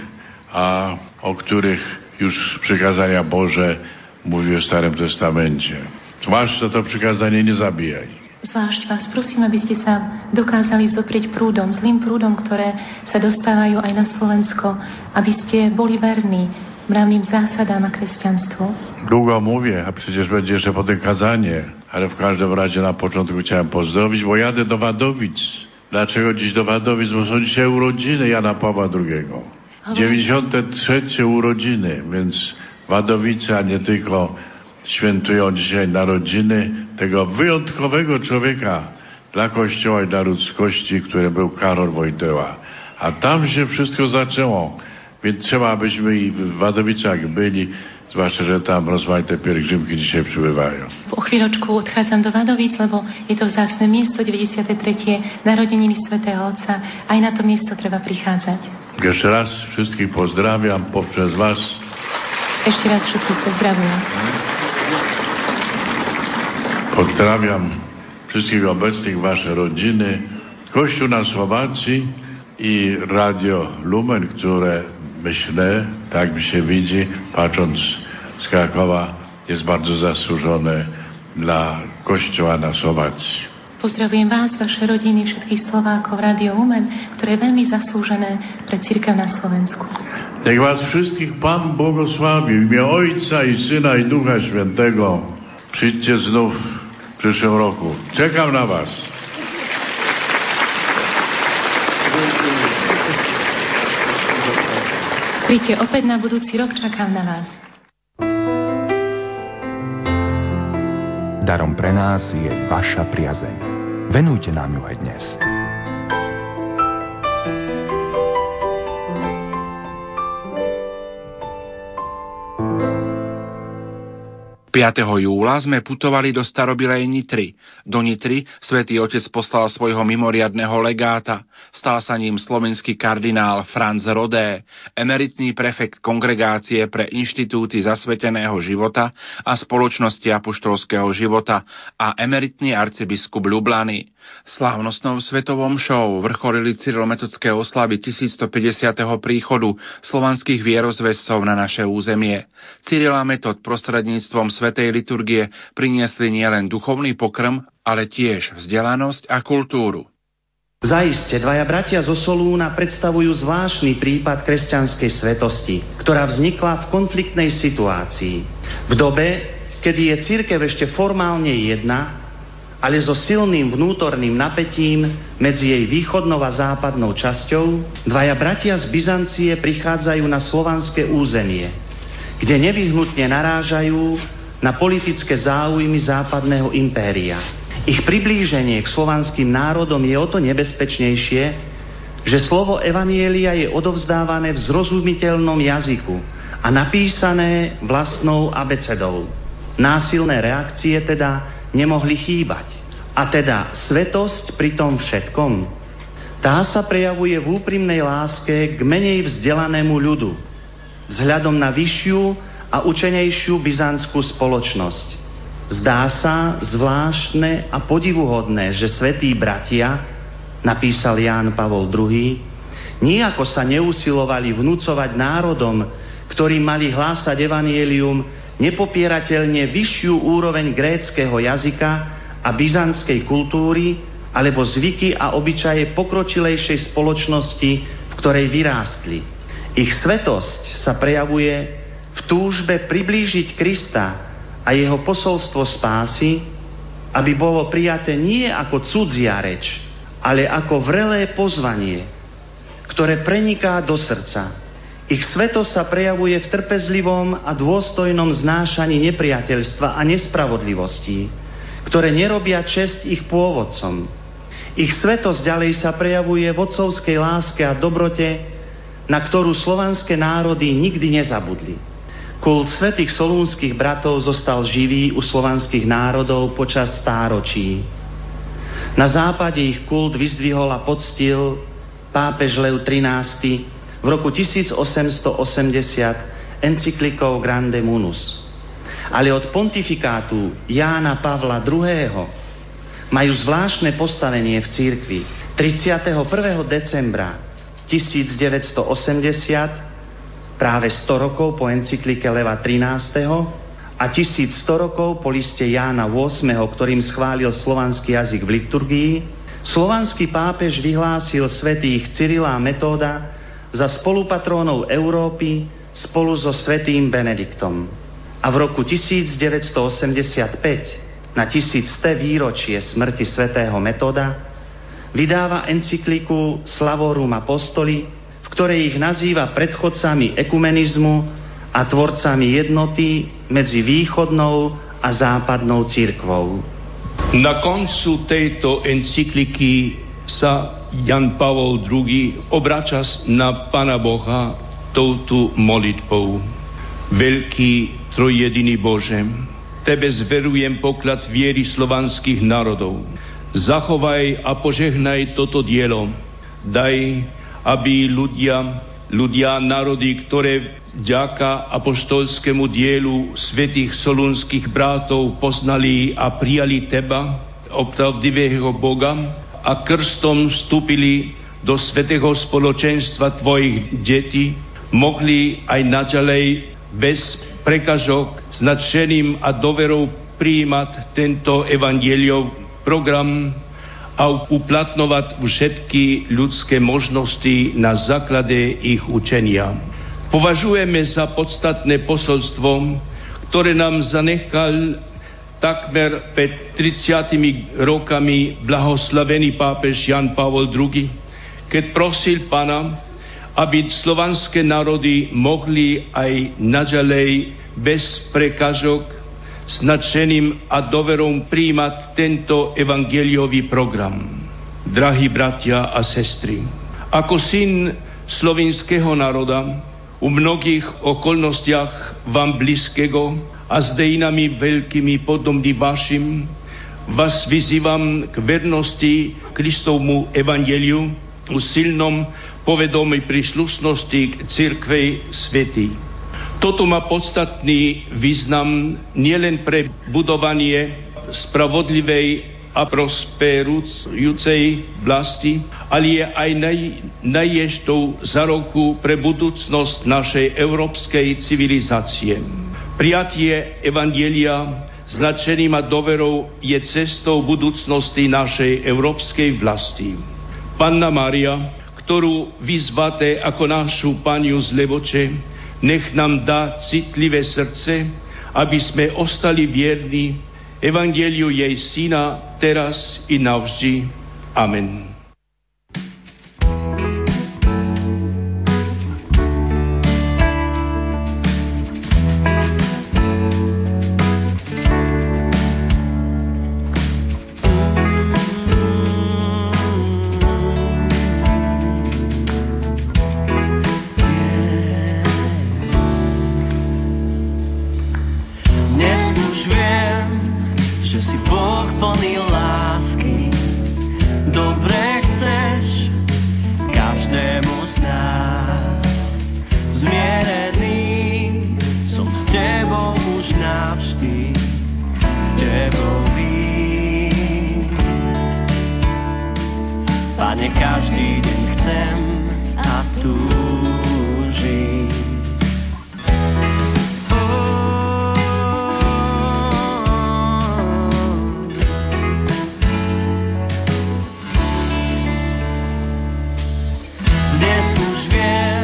a o których już przykazania Boże mówi w Starym Testamencie. Zwłaszcza to przykazanie nie zabijaj. Zvlášť vás prosím, aby ste sa dokázali zoprieť prúdom, zlým prúdom, ktoré sa dostávajú aj na Slovensko, aby ste boli verní mravným zásadám a kresťanstwu. Długo mówię, a przecież będzie jeszcze potem kazanie, ale w każdym razie na początku chciałem pozdrowić, bo jadę do Wadowic. Dlaczego dziś do Wadowic? Bo są dzisiaj urodziny Jana Pawła II. 93. urodziny, więc Wadowice, a nie tylko świętują dzisiaj narodziny tego wyjątkowego człowieka dla Kościoła i dla ludzkości, którym był Karol Wojtyła. A tam się wszystko zaczęło. Więc trzeba, abyśmy i w Wadowicach byli, zwłaszcza, że tam rozmaite pielgrzymki dzisiaj przybywają. O chvíľočku odchádzam do Wadovic, lebo je to vzácne miesto, 93. narodeniny svätého Otca. Aj na to miesto treba prichádzať. Jeszcze raz wszystkich pozdrawiam poprzez was. Ešte raz všetkých pozdravujem. Pozdrawiam wszystkich obecnych, wasze rodziny, Kościół na Słowacji i Radio Lumen, które myślę, tak mi się widzi, patrząc z Krakowa, jest bardzo zasłużone dla Kościoła na Słowacji. Pozdravujem vás, vaše rodiny, všetkých Slovákov, Radio Lumen, ktoré je veľmi zaslúžené pre cirkev na Slovensku. Niech was wszystkich Pan błogosławi w imię Ojca i Syna i Ducha Świętego. Przyjdźcie znów w przyszłym roku. Czekam na was. Príďte opäť na budúci rok, čakám na vás. Darom pre nás je vaša priazeň. Venujte nám ju aj dnes. 5. júla sme putovali do starobilej Nitry. Do Nitry Svätý Otec poslal svojho mimoriadneho legáta. Stal sa ním slovenský kardinál Franz Rodé, emeritný prefekt Kongregácie pre inštitúty zasveteného života a spoločnosti apoštolského života a emeritný arcibiskup Ljubljany. Slávnostnou svetovom show vrcholili cyrilometodské oslavy 1150. príchodu slovanských vierozvescov na naše územie. Cyril a Metod prostredníctvom svätej liturgie priniesli nielen duchovný pokrm, ale tiež vzdelanosť a kultúru. Zaiste, dvaja bratia zo Solúna predstavujú zvláštny prípad kresťanskej svetosti, ktorá vznikla v konfliktnej situácii. V dobe, kedy je cirkev ešte formálne jedna, ale so silným vnútorným napätím medzi jej východnou a západnou časťou, dvaja bratia z Byzancie prichádzajú na slovanské územie, kde nevyhnutne narážajú na politické záujmy západného impéria. Ich priblíženie k slovanským národom je o to nebezpečnejšie, že slovo evanjelia je odovzdávané v zrozumiteľnom jazyku a napísané vlastnou abecedou. Násilné reakcie teda nemohli chýbať. A teda svetosť pri tom všetkom, tá sa prejavuje v úprimnej láske k menej vzdelanému ľudu, vzhľadom na vyššiu a učenejšiu byzantskú spoločnosť. Zdá sa zvláštne a podivuhodné, že svätí bratia, napísal Ján Pavol II, nijako sa neusilovali vnúcovať národom, ktorí mali hlásať evanjelium, nepopierateľne vyššiu úroveň gréckeho jazyka a byzantskej kultúry alebo zvyky a obyčaje pokročilejšej spoločnosti, v ktorej vyrástli. Ich svetosť sa prejavuje v túžbe priblížiť Krista a jeho posolstvo spásy, aby bolo prijaté nie ako cudzia reč, ale ako vrelé pozvanie, ktoré preniká do srdca. Ich svetosť sa prejavuje v trpezlivom a dôstojnom znášaní nepriateľstva a nespravodlivostí, ktoré nerobia česť ich pôvodcom. Ich svetosť ďalej sa prejavuje v otcovskej láske a dobrote, na ktorú slovanské národy nikdy nezabudli. Kult svätých solúnskych bratov zostal živý u slovanských národov počas stáročí. Na západe ich kult vyzdvihol a poctil pápež Lev XIII v roku 1880 encyklikou Grande Munus. Ale od pontifikátu Jána Pavla II. Majú zvláštne postavenie v cirkvi. 31. decembra 1980, práve 100 rokov po encyklike Leva XIII. A 1100 rokov po liste Jána VIII., ktorým schválil slovanský jazyk v liturgii, slovanský pápež vyhlásil svätých Cyrila a Metóda za spolupatrónov Európy spolu so svätým Benediktom. A v roku 1985, na 1100. výročie smrti svätého Metóda, vydáva encykliku Slavorum Apostoli, v ktorej ich nazýva predchodcami ekumenizmu a tvorcami jednoty medzi východnou a západnou cirkvou. Na koncu tejto encykliky sa Jan Pavol II obrača na Pána Boha touto modlitbou. Veľký trojjediný Bože, Tebe zverujem poklad viery slovanských národov. Zachovaj a požehnaj toto dielo. Daj, aby ľudia, národy, ktoré vďaka apoštolskému dielu svätých solúnskych bratov poznali a prijali Teba, opravdivého Boga, a krstom vstúpili do svätého spoločenstva Tvojich detí, mohli aj naďalej bez prekažok s nadšením a doverou prijímať tento evanjeliov program a uplatňovať všetky ľudské možnosti na základe ich učenia. Považujeme za podstatné posolstvo, ktoré nám zanechal takmer pred 30 rokami blahoslavený pápež Jan Pavol II, keď prosil Pána, aby slovanské národy mohli aj naďalej bez prekážok s nadšením a doverou prijímať tento evangeliový program. Drahí bratia a sestry, ako syn slovinského národa, u mnohých okolnostiach vám blízkego a s dejinami veľkými podobným vašim, vás vyzývam k vernosti Kristovmu evangeliu, u silnom povedomí príslušnosti k cirkvi svety. Toto má podstatný význam nielen pre budovanie spravodlivej a prosperujúcej vlasti, ale je aj naještou zárukou pre budúcnosť našej európskej civilizácie. Prijatie evanjelia s nadšením a doverou je cestou budúcnosti našej európskej vlasti. Panna Mária, ktorú vyzváte ako našu Paniu z Levoče, nech nám dá citlivé srdce, aby sme ostali vierni evangeliu jej syna teraz i navždy. Amen.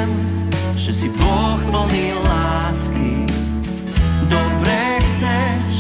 Boh plný lásky, dobre chceš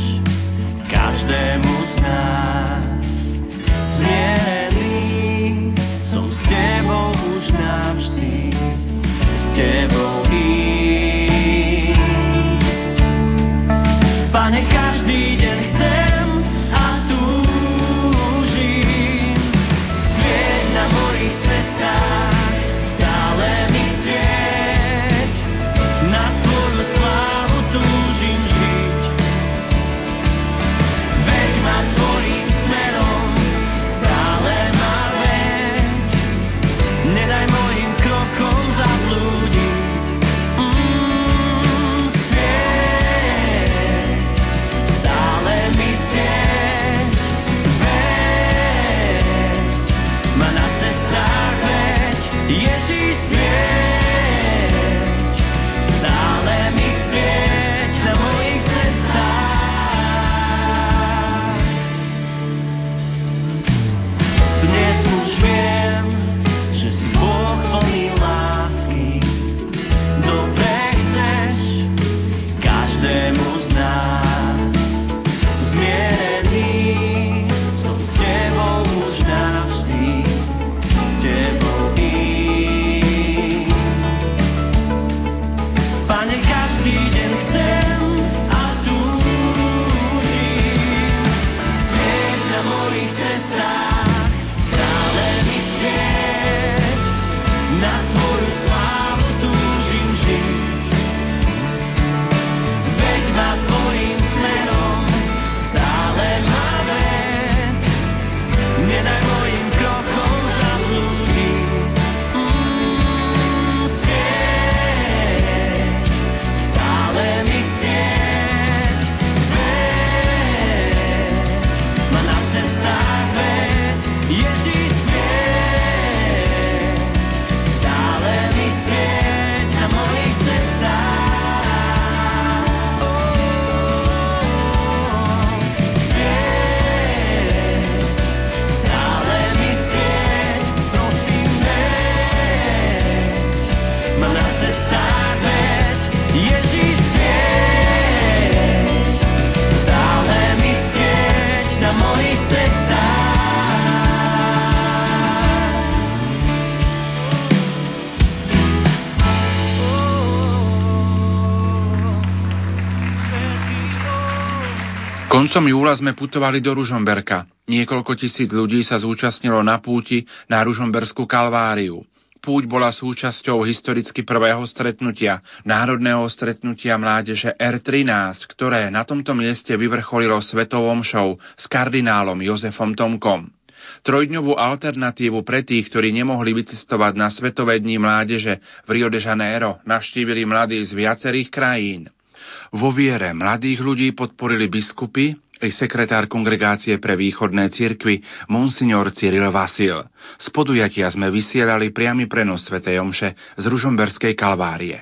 Koncom júla sme putovali do Ružomberka. Niekoľko tisíc ľudí sa zúčastnilo na púti na Ružomberskú kalváriu. Púť bola súčasťou historicky prvého stretnutia, národného stretnutia mládeže R13, ktoré na tomto mieste vyvrcholilo svetovou omšou s kardinálom Jozefom Tomkom. Trojdňovú alternatívu pre tých, ktorí nemohli vycestovať na Svetové dni mládeže v Rio de Janeiro, navštívili mladí z viacerých krajín. Vo viere mladých ľudí podporili biskupy i sekretár Kongregácie pre východné cirkvi monsignor Cyril Vasil. Z podujatia sme vysielali priamy prenos svätej omše z Ružomberskej kalvárie.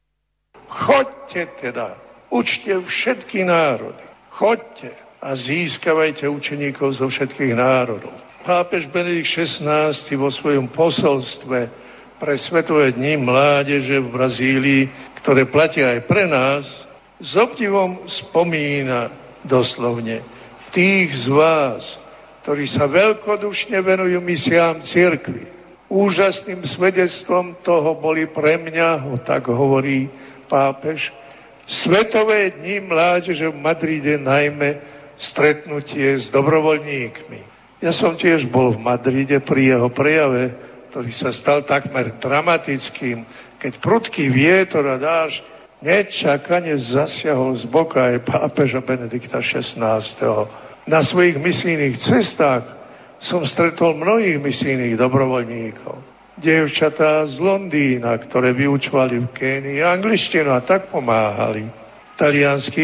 Choďte teda, učte všetky národy. Choďte a získavajte učeníkov zo všetkých národov. Pápež Benedikt XVI vo svojom posolstve pre Svetové dni mládeže v Brazílii, ktoré platia aj pre nás, s obdivom spomína doslovne tých z vás, ktorí sa veľkodušne venujú misiám cirkvi. Úžasným svedectvom toho boli pre mňa, tak hovorí pápež, Svetové dni mládeže v Madride, najmä stretnutie s dobrovoľníkmi. Ja som tiež bol v Madride pri jeho prejave, ktorý sa stal takmer dramatickým, keď prudký vietor a dážď nečakane zasiahol z boka aj pápeža Benedikta XVI. Na svojich misijných cestách som stretol mnohých misijných dobrovoľníkov. Dievčatá z Londýna, ktoré vyučovali v Kénii angličtinu a tak pomáhali. Talianskí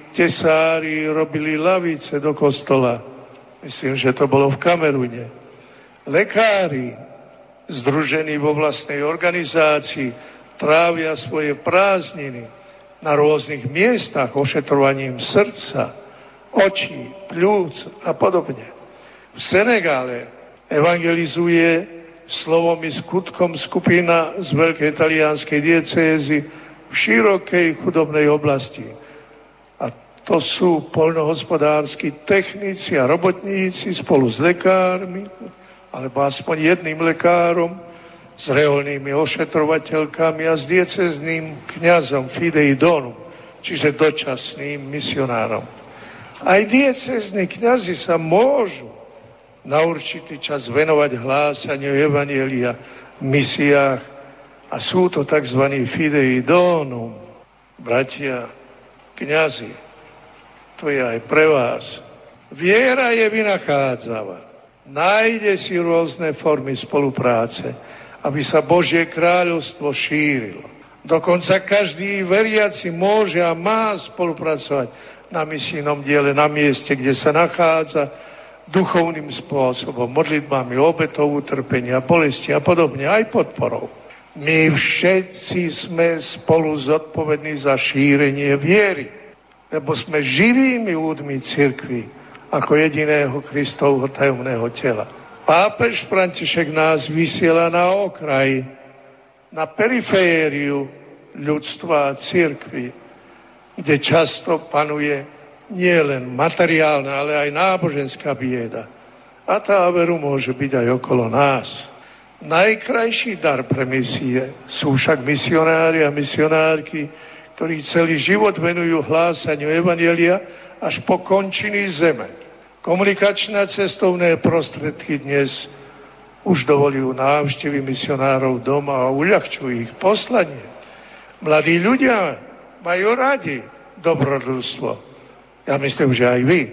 tesári robili lavice do kostola. Myslím, že to bolo v Kamerune. Lekári, združení vo vlastnej organizácii, trávia svoje prázdniny na rôznych miestach ošetrovaním srdca, očí, pľúc a podobne. V Senegále evangelizuje slovom i skutkom skupina z veľkej talianskej diecézy v širokej chudobnej oblasti. A to sú poľnohospodársky technici a robotníci spolu s lekármi, alebo aspoň jedným lekárom, s reholnými ošetrovateľkami a s diecezným kňazom Fidei Donum, čiže dočasným misionárom. Aj diecezní kňazi sa môžu na určitý čas venovať hlásaniu evanjelia v misiách a sú to tzv. Fidei Donum. Bratia, kňazi, to je aj pre vás. Viera je vynachádzava. Nájde si rôzne formy spolupráce, aby sa Božie kráľovstvo šírilo. Dokonca každý veriaci môže a má spolupracovať na misijnom diele, na mieste, kde sa nachádza, duchovným spôsobom, modlitbami, obetou utrpenia, bolesti a podobne, aj podporou. My všetci sme spolu zodpovední za šírenie viery, lebo sme živými údmi cirkvi, ako jediného Kristovho tajomného tela. Pápež František nás vysiela na okraj, na perifériu ľudstva a cirkvi, kde často panuje nielen materiálna, ale aj náboženská bieda. A tá veru môže byť aj okolo nás. Najkrajší dar pre misie sú však misionári a misionárky, ktorí celý život venujú hlásaniu evanjelia až po končiny zeme. Komunikačné a cestovné prostriedky dnes už dovolujú návštevy misionárov doma a uľahčujú ich poslanie. Mladí ľudia majú radi dobrodružstvo. Ja myslím, že aj vy.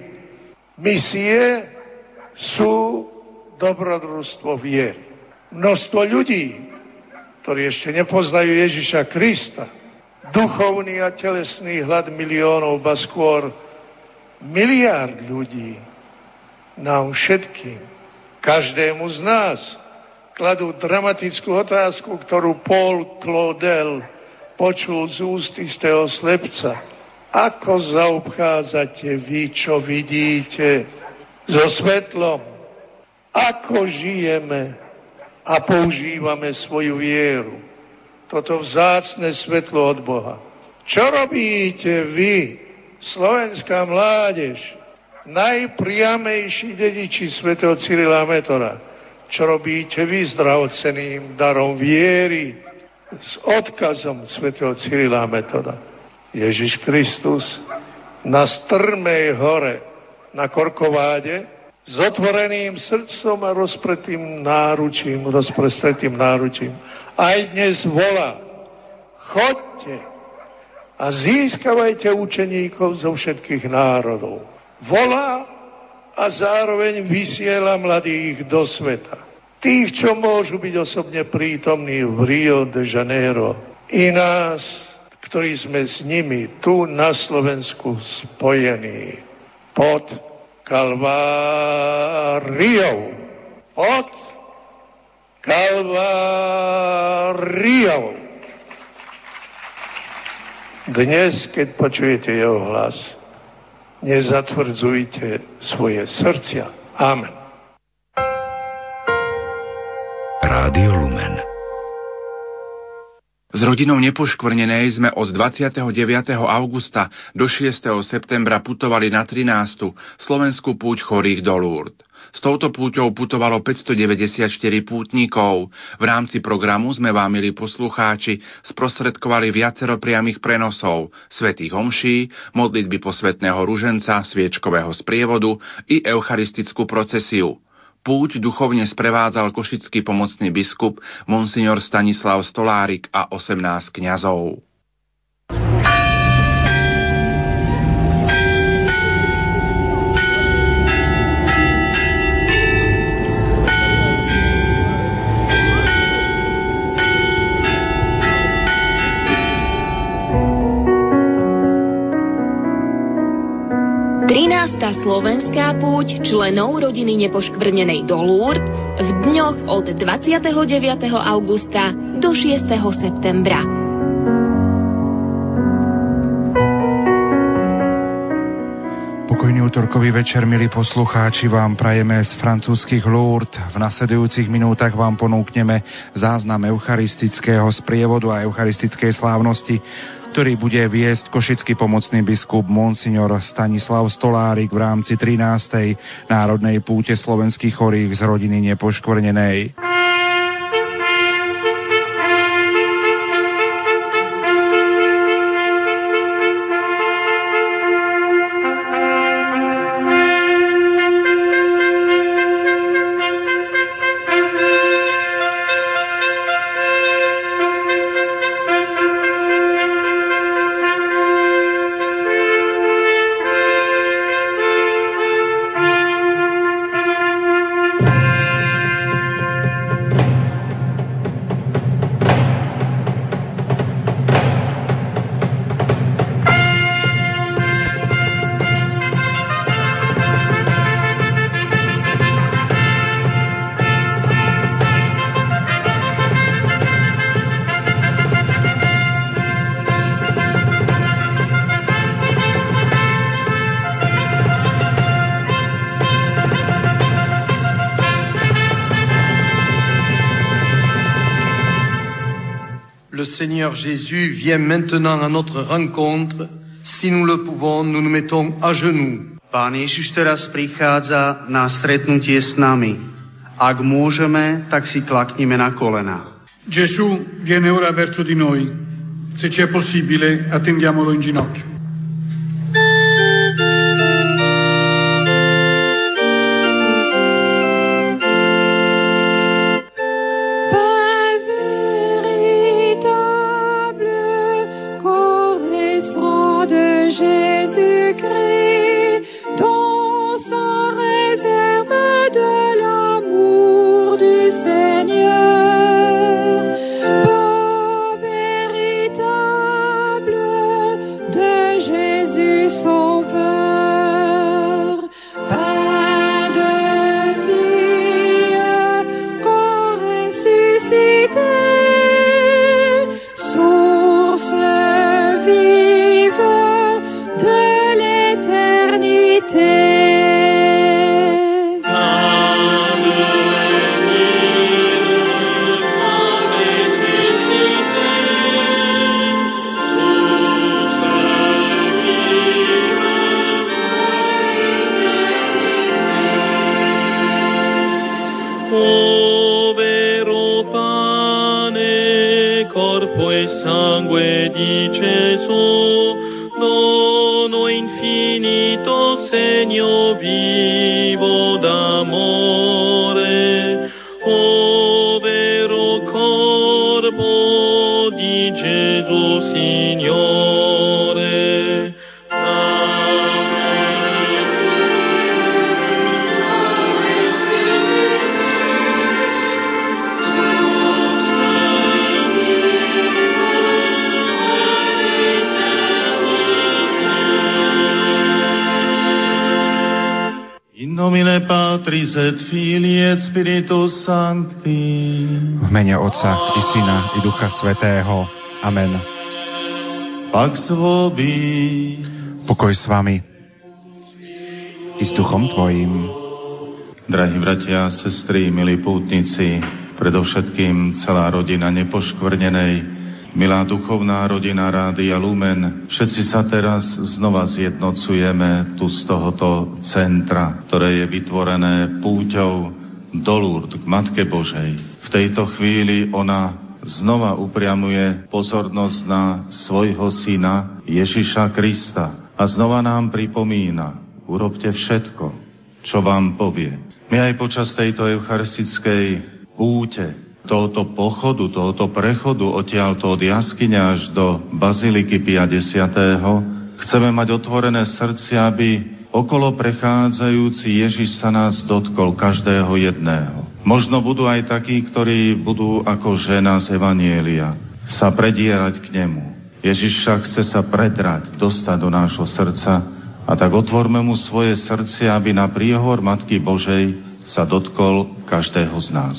Misie sú dobrodružstvo viery. Množstvo ľudí, ktorí ešte nepoznajú Ježiša Krista, duchovný a telesný hlad miliónov, ba skôr miliárd ľudí, nám všetkým, každému z nás, kladú dramatickú otázku, ktorú Paul Claudel počul z úst istého slepca. Ako zaobchádzate vy, čo vidíte, so svetlom? Ako žijeme a používame svoju vieru? Toto vzácne svetlo od Boha. Čo robíte vy, slovenská mládež, najpriamejší dediči svätého Cyrila Metora? Čo robíte vy s drahocenným darom viery, s odkazom svätého Cyrila Metoda? Ježiš Kristus na strmej hore, na Korkováde, s otvoreným srdcom a rozprestretým náručím. Aj dnes volá: choďte a získavajte učeníkov zo všetkých národov. Volá a zároveň vysiela mladých do sveta. Tých, čo môžu byť osobne prítomní v Rio de Janeiro. I nás, ktorí sme s nimi tu na Slovensku spojení pod Kalváriou. Pod Kalváriou. Dnes, keď počujete jeho hlas, nezatvrdzujte svoje srdcia. Amen. Rádio Lumen. S rodinou Nepoškvrnenej sme od 29. augusta do 6. septembra putovali na 13. slovenskú púť chorých do Lourdes. S touto púťou putovalo 594 pútnikov. V rámci programu sme vám, milí poslucháči, sprostredkovali viacero priamych prenosov, svätých homší, modlitby posvätného ruženca, sviečkového sprievodu i eucharistickú procesiu. Púť duchovne sprevádzal košický pomocný biskup monsignor Stanislav Stolárik a 18 kňazov. Slovenská púť členov rodiny Nepoškvrnenej do Lourdes v dňoch od 29. augusta do 6. septembra. Pokojný utorkový večer, milí poslucháči, vám prajeme z francúzskych Lourdes. V nasledujúcich minútach vám ponúkneme záznam eucharistického sprievodu a eucharistickej slávnosti, ktorý bude viesť košický pomocný biskup monsignor Stanislav Stolárik v rámci 13. národnej púte slovenských chorých z rodiny Nepoškvrnenej. Le Seigneur Jésus vient maintenant à notre rencontre. Si nous le pouvons, nous nous mettons à genoux. Pán Ježiš teraz prichádza na stretnutie s nami. Ak môžeme, tak si klaknime na kolena. Gesù viene ora verso di noi. Se c'è possibile, attendiamolo in ginocchio. corpo e sangue di Gesù, dono infinito Segno vivo d'amore, o vero corpo di Gesù Signore. In nomine Patris et Filii et Spiritus Sancti. V mene Otca i Syna i Ducha Svätého. Amen. Pax vobis. Pokoj s vami i s duchom tvojim. Drahí bratia a sestry, milí pútnici, predovšetkým celá rodina Nepoškvrnenej, milá duchovná rodina Rádia Lumen, všetci sa teraz znova zjednocujeme tu z tohoto centra, ktoré je vytvorené púťou do Lourdes k Matke Božej. V tejto chvíli ona znova upriamuje pozornosť na svojho syna Ježiša Krista a znova nám pripomína: urobte všetko, čo vám povie. My aj počas tejto eucharistickej púte, tohoto pochodu, tohoto prechodu odtiaľto od jaskyne až do Baziliky Pia X. chceme mať otvorené srdcia, aby okolo prechádzajúci Ježiš sa nás dotkol každého jedného. Možno budú aj takí, ktorí budú ako žena z Evanielia sa predierať k nemu. Ježiš však chce sa predrať, dostať do nášho srdca, a tak otvorme mu svoje srdce, aby na príhovor Matky Božej sa dotkol každého z nás.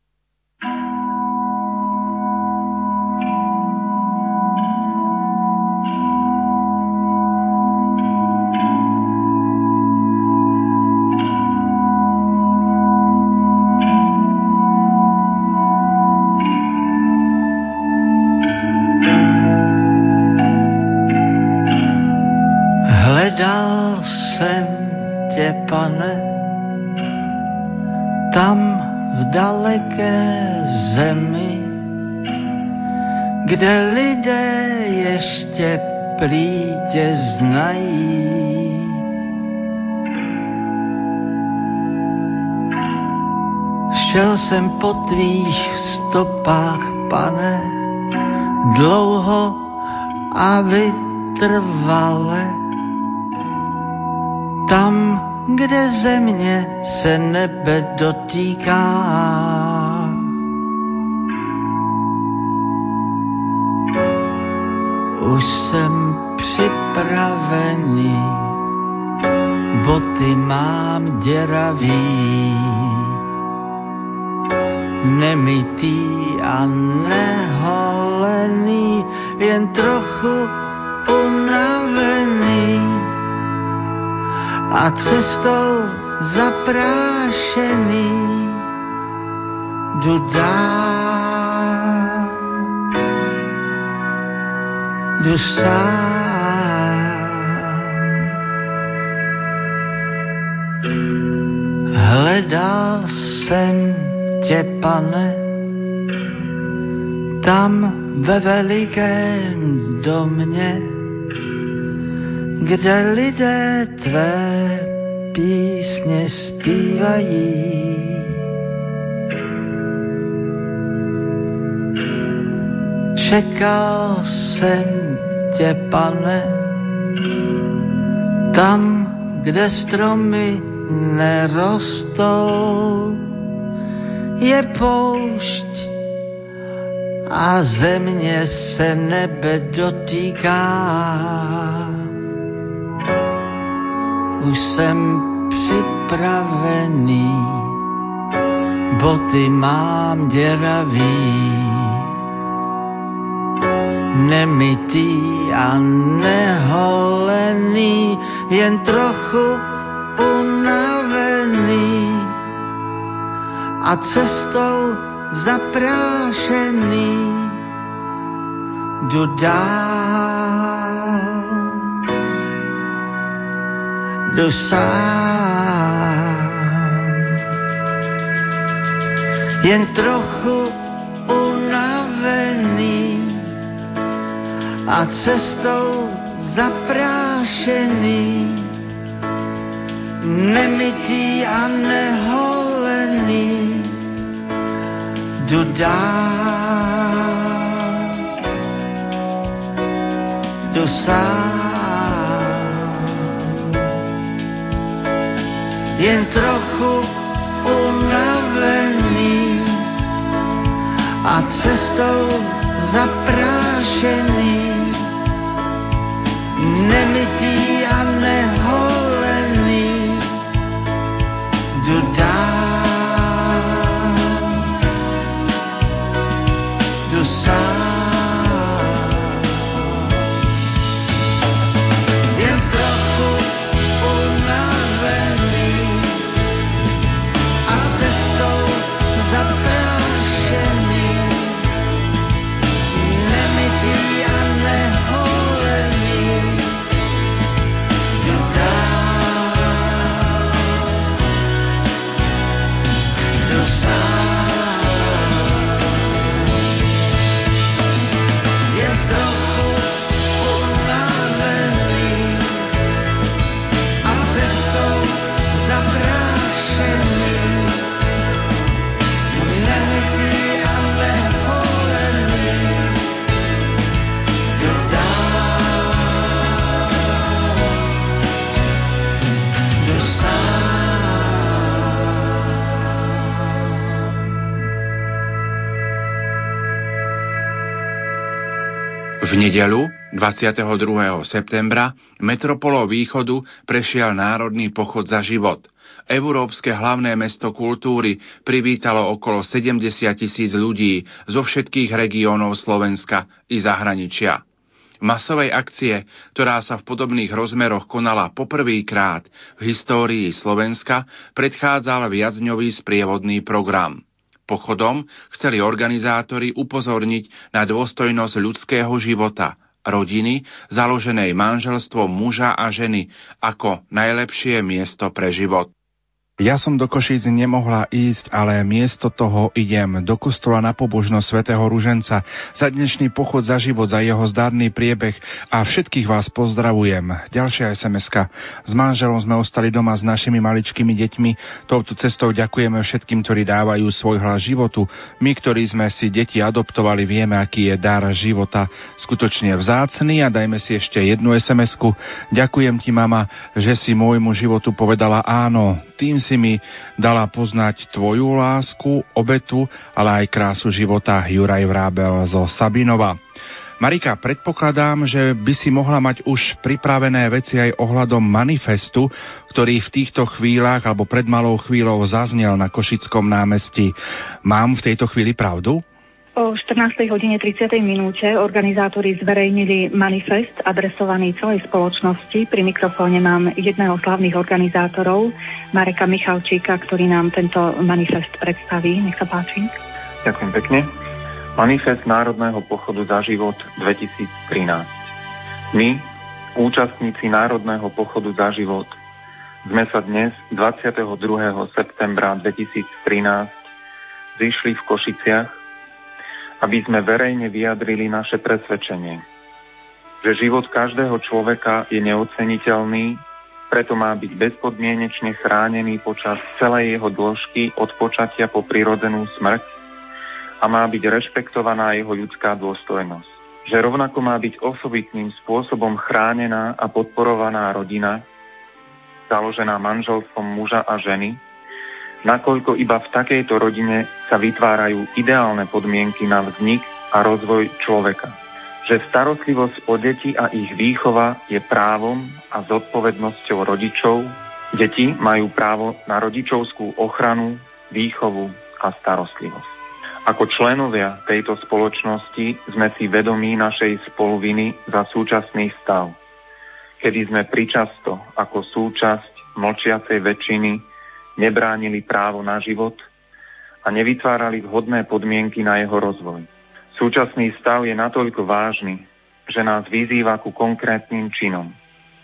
Tam v daleké zemi, kde lidé ještě prý tě znají. Šel jsem po tvých stopách, Pane, dlouho a vytrvale. Tam, kde země se nebe dotýká. Už jsem připravený, boty mám děravý, nemytý a neholený, jen trochu unavený a cestou zaprášený jdu dál, jdu sám. Hledal jsem tě, Pane, tam ve velikém domě, kde lidé tvé písně zpívají. Čekal jsem tě, Pane, tam, kde stromy nerostou, je poušť a země se nebe dotýká. Už jsem připravený, boty mám děravý, nemytý a neholený, jen trochu unavený a cestou zaprášený jdu dál, jdu sám. Jen trochu unavený a cestou zaprášený nemytý a neholený, jdu dál, jdu sám, jen trochu unavený a cestou zaprášený, nemytý a neholený, jdu dál, jdu sám, jen trochu unavený a cestou zaprášený, nemytý a neholený, jdu dál, jdu sám, jen trochu unavený a cestou zaprášený, nemytý a neholený, jdu dál, jdu V nedeľu 22. septembra metropolou východu prešiel Národný pochod za život. Európske hlavné mesto kultúry privítalo okolo 70,000 ľudí zo všetkých regiónov Slovenska i zahraničia. Masovej akcie, ktorá sa v podobných rozmeroch konala poprvýkrát v histórii Slovenska, predchádzal viacdňový sprievodný program. Pochodom chceli organizátori upozorniť na dôstojnosť ľudského života, rodiny, založenej manželstvom muža a ženy, ako najlepšie miesto pre život. Ja som do Košíc nemohla ísť, ale miesto toho idem do kostola na pobožnosť svätého Ruženca za dnešný pochod za život, za jeho zdarný priebeh a všetkých vás pozdravujem. Ďalšia SMS-ka. S manželom sme ostali doma s našimi maličkými deťmi. Touto cestou ďakujeme všetkým, ktorí dávajú svoj hlas životu. My, ktorí sme si deti adoptovali, vieme, aký je dar života skutočne vzácny. A dajme si ešte jednu SMS-ku. Ďakujem ti, mama, že si môjmu životu povedala áno. Tým si mi dala poznať tvoju lásku, obetu, ale aj krásu života. Juraj Vrábel zo Sabinova. Marika, predpokladám, že by si mohla mať už pripravené veci aj ohľadom manifestu, ktorý v týchto chvíľach alebo pred malou chvíľou zaznel na Košickom námestí. Mám v tejto chvíli pravdu? O 14:30 organizátori zverejnili manifest adresovaný celej spoločnosti. Pri mikrofóne mám jedného z hlavných organizátorov, Mareka Michalčíka, ktorý nám tento manifest predstaví. Nech sa páči. Ďakujem pekne. Manifest Národného pochodu za život 2013. My, účastníci Národného pochodu za život, sme sa dnes 22. septembra 2013 zišli v Košiciach, aby sme verejne vyjadrili naše presvedčenie, že život každého človeka je neoceniteľný, preto má byť bezpodmienečne chránený počas celej jeho dĺžky od počatia po prirodzenú smrť a má byť rešpektovaná jeho ľudská dôstojnosť. Že rovnako má byť osobitným spôsobom chránená a podporovaná rodina, založená manželstvom muža a ženy, nakoľko iba v takejto rodine sa vytvárajú ideálne podmienky na vznik a rozvoj človeka. Že starostlivosť o deti a ich výchova je právom a zodpovednosťou rodičov. Deti majú právo na rodičovskú ochranu, výchovu a starostlivosť. Ako členovia tejto spoločnosti sme si vedomí našej spoluviny za súčasný stav, kedy sme pričasto ako súčasť mlčiacej väčšiny nebránili právo na život a nevytvárali vhodné podmienky na jeho rozvoj. Súčasný stav je natoľko vážny, že nás vyzýva ku konkrétnym činom.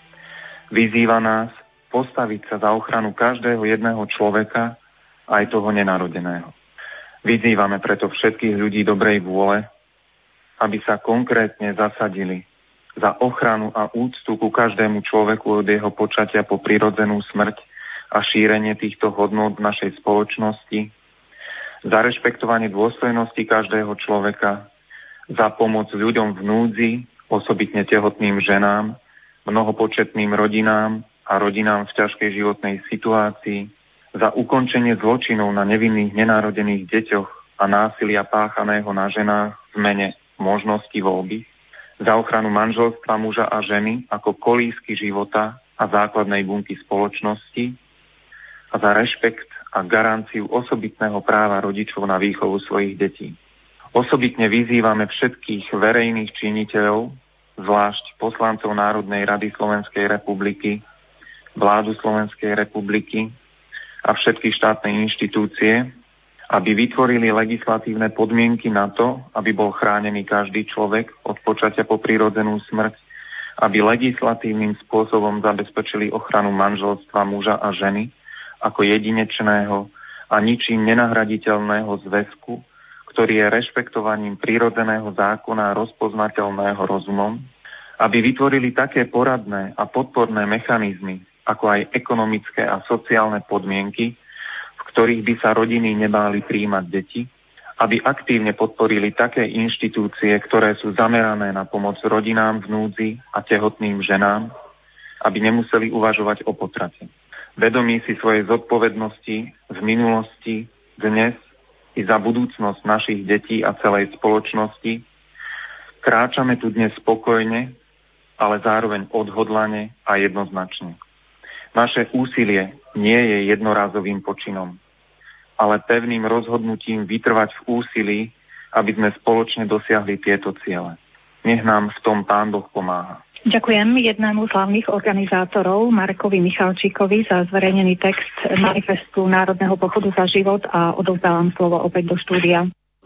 Vyzýva nás postaviť sa za ochranu každého jedného človeka, aj toho nenarodeného. Vyzývame preto všetkých ľudí dobrej vôle, aby sa konkrétne zasadili za ochranu a úctu ku každému človeku od jeho počatia po prirodzenú smrť a šírenie týchto hodnôt v našej spoločnosti, za rešpektovanie dôstojnosti každého človeka, za pomoc ľuďom v núdzi, osobitne tehotným ženám, mnohopočetným rodinám a rodinám v ťažkej životnej situácii, za ukončenie zločinov na nevinných nenarodených deťoch a násilia páchaného na ženách v mene možnosti voľby, za ochranu manželstva muža a ženy ako kolísky života a základnej bunky spoločnosti a za rešpekt a garanciu osobitného práva rodičov na výchovu svojich detí. Osobitne vyzývame všetkých verejných činiteľov, zvlášť poslancov Národnej rady Slovenskej republiky, vládu Slovenskej republiky a všetky štátne inštitúcie, aby vytvorili legislatívne podmienky na to, aby bol chránený každý človek od počatia po prirodzenú smrť, aby legislatívnym spôsobom zabezpečili ochranu manželstva muža a ženy ako jedinečného a ničím nenahraditeľného zväzku, ktorý je rešpektovaním prirodzeného zákona rozpoznateľného rozumom, aby vytvorili také poradné a podporné mechanizmy, ako aj ekonomické a sociálne podmienky, v ktorých by sa rodiny nebáli prijímať deti, aby aktívne podporili také inštitúcie, ktoré sú zamerané na pomoc rodinám v núdzi a tehotným ženám, aby nemuseli uvažovať o potrate. Vedomí si svojej zodpovednosti v minulosti, dnes i za budúcnosť našich detí a celej spoločnosti, kráčame tu dnes spokojne, ale zároveň odhodlane a jednoznačne. Naše úsilie nie je jednorázovým počinom, ale pevným rozhodnutím vytrvať v úsilí, aby sme spoločne dosiahli tieto ciele. Nech nám v tom Pán Boh pomáha. Ďakujem jednému z hlavných organizátorov, Markovi Michalčíkovi, za zverejnený text manifestu Národného pochodu za život a odovzdávam slovo opäť do štúdia.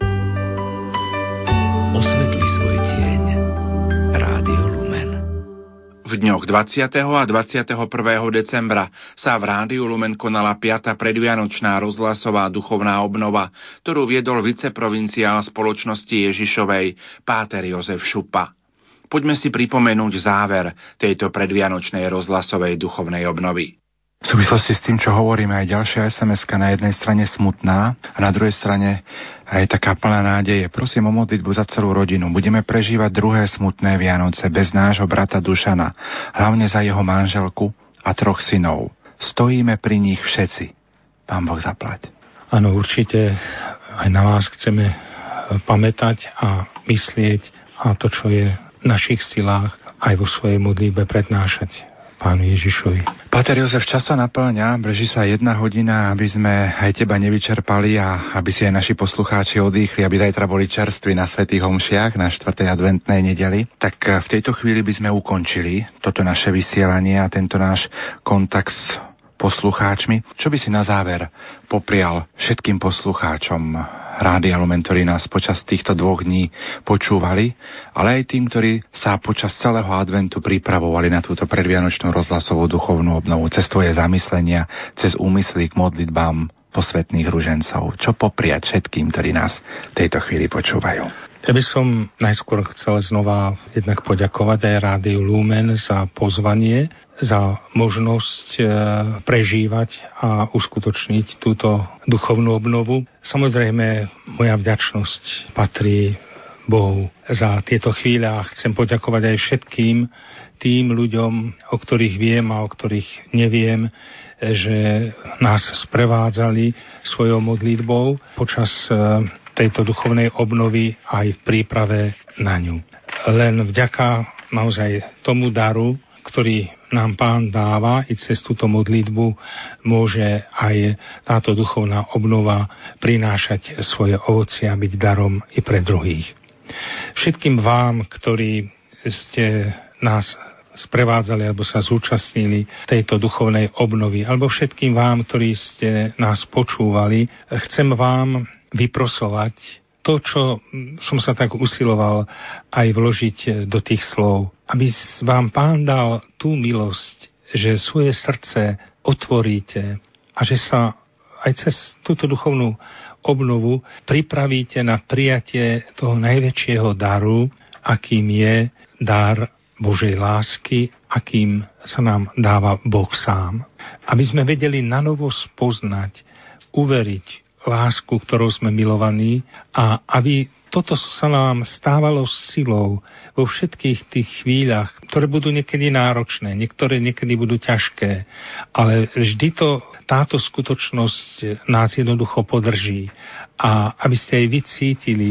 Osvetli svoj tieň. Rádio Lumen. V dňoch 20. a 21. decembra sa v Rádiu Lumen konala 5. predvianočná rozhlasová duchovná obnova, ktorú viedol viceprovinciál spoločnosti Ježišovej páter Jozef Šupa. Poďme si pripomenúť záver tejto predvianočnej rozhlasovej duchovnej obnovy. V súvislosti s tým, čo hovoríme, aj ďalšia SMS-ka na jednej strane smutná a na druhej strane aj taká plná nádeje. Prosím o modlitbu za celú rodinu. Budeme prežívať druhé smutné Vianoce bez nášho brata Dušana, hlavne za jeho manželku a 3 synov. Stojíme pri nich všetci. Pán Boh zaplať. Áno, určite aj na vás chceme pamätať a myslieť a to, čo je v našich silách, aj vo svojej modlitbe prednášať Pánu Ježišovi. Páter Jozef, čas sa naplňa, blíži sa 1 hodina, aby sme aj teba nevyčerpali a aby si aj naši poslucháči odýchli, aby zajtra boli čerství na svätých omšiach na 4. adventnej nedeli. Tak v tejto chvíli by sme ukončili toto naše vysielanie a tento náš kontakt s poslucháčmi. Čo by si na záver poprial všetkým poslucháčom Rádia Lumen, ktorí nás počas týchto 2 dní počúvali, ale aj tým, ktorí sa počas celého adventu pripravovali na túto predvianočnú rozhlasovú duchovnú obnovu, cez tvoje zamyslenia, cez úmysly k modlitbám posvätných ružencov. Čo popriať všetkým, ktorí nás v tejto chvíli počúvajú? Ja by som najskôr chcel znova jednak poďakovať aj Rádiu Lumen za pozvanie, za možnosť prežívať a uskutočniť túto duchovnú obnovu. Samozrejme, moja vďačnosť patrí Bohu za tieto chvíle a chcem poďakovať aj všetkým tým ľuďom, o ktorých viem a o ktorých neviem, že nás sprevádzali svojou modlitbou počas tejto duchovnej obnovy aj v príprave na ňu. Len vďaka naozaj tomu daru, ktorý nám Pán dáva i cez túto modlitbu, môže aj táto duchovná obnova prinášať svoje ovocie a byť darom i pre druhých. Všetkým vám, ktorí ste nás sprevádzali alebo sa zúčastnili tejto duchovnej obnovy, alebo všetkým vám, ktorí ste nás počúvali, chcem vám vyprosovať to, čo som sa tak usiloval aj vložiť do tých slov. Aby vám Pán dal tú milosť, že svoje srdce otvoríte a že sa aj cez túto duchovnú obnovu pripravíte na prijatie toho najväčšieho daru, akým je dar Božej lásky, akým sa nám dáva Boh sám. Aby sme vedeli nanovo spoznať, uveriť lásku, ktorou sme milovaní, a aby toto sa nám stávalo silou vo všetkých tých chvíľach, ktoré budú niekedy náročné, niektoré niekedy budú ťažké, ale vždy táto skutočnosť nás jednoducho podrží. A aby ste aj vy cítili,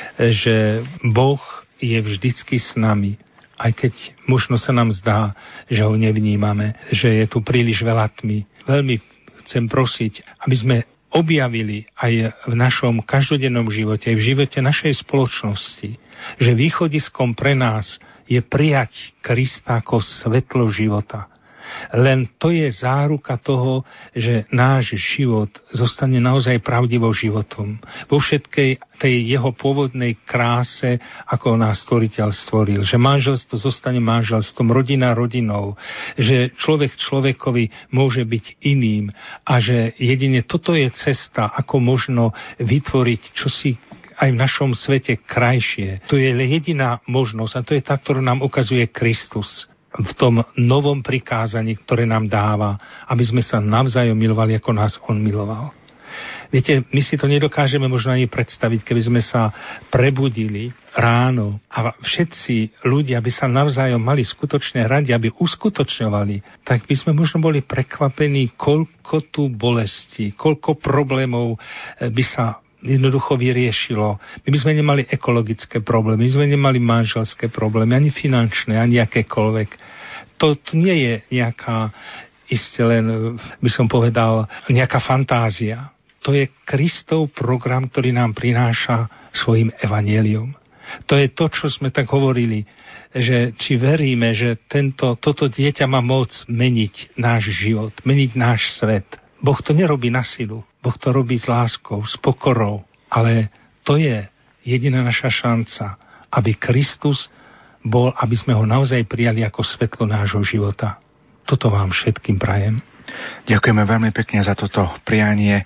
že Boh je vždycky s nami, aj keď možno sa nám zdá, že ho nevnímame, že je tu príliš veľa tmy. Veľmi chcem prosiť, aby sme objavili aj v našom každodennom živote, aj v živote našej spoločnosti, že východiskom pre nás je prijať Krista ako svetlo života. Len to je záruka toho, že náš život zostane naozaj pravdivou životom. Vo všetkej tej jeho pôvodnej kráse, ako nás stvoriteľ stvoril. Že manželstvo zostane manželstvom, rodina rodinou. Že človek človekovi môže byť iným. A že jedine toto je cesta, ako možno vytvoriť čosi aj v našom svete krajšie. To je jediná možnosť a to je tá, ktorú nám ukazuje Kristus v tom novom prikázaní, ktoré nám dáva, aby sme sa navzájom milovali, ako nás on miloval. Viete, my si to nedokážeme možno ani predstaviť, keby sme sa prebudili ráno a všetci ľudia by sa navzájom mali skutočne radi, aby uskutočňovali, tak by sme možno boli prekvapení, koľko tu bolesti, koľko problémov by sa jednoducho vyriešilo. My by sme nemali ekologické problémy, my sme nemali manželské problémy, ani finančné, ani akékoľvek. To nie je nejaká, iste len, by som povedal, nejaká fantázia. To je Kristov program, ktorý nám prináša svojim evanjeliom. To je to, čo sme tak hovorili, že či veríme, že toto dieťa má moc meniť náš život, meniť náš svet. Boh to nerobí na silu. Boh to robí s láskou, s pokorou. Ale to je jediná naša šanca, aby Kristus bol, aby sme ho naozaj prijali ako svetlo nášho života. Toto vám všetkým prajem. Ďakujeme veľmi pekne za toto prianie.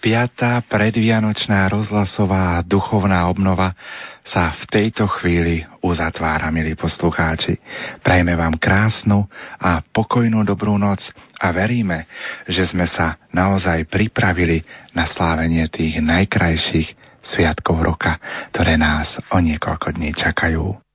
5. predvianočná rozhlasová duchovná obnova sa v tejto chvíli uzatvára, milí poslucháči. Prajeme vám krásnu a pokojnú dobrú noc a veríme, že sme sa naozaj pripravili na slávenie tých najkrajších sviatkov roka, ktoré nás o niekoľko dní čakajú.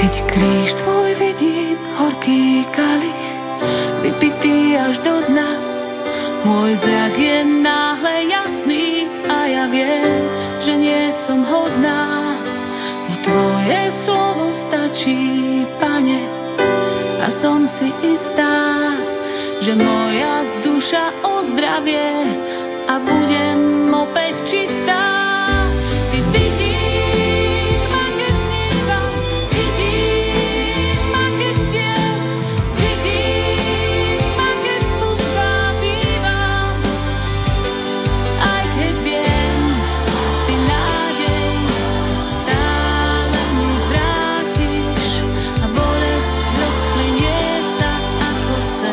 Keď kríž tvoj vidím, horký kalich, vypitý až do dna, môj zrak je náhle jasný a ja viem, že nie som hodná. Tvoje slovo stačí, Pane, a som si istá, že moja duša ozdravie a budem opäť čistá. Ty vidíš ma, keď snívam, vidíš ma, keď cieľ, vidíš ma, keď smutná bývam. Aj keď viem, ty nádej stále mi vrátiš a bolesť rozplynie sa ako sen.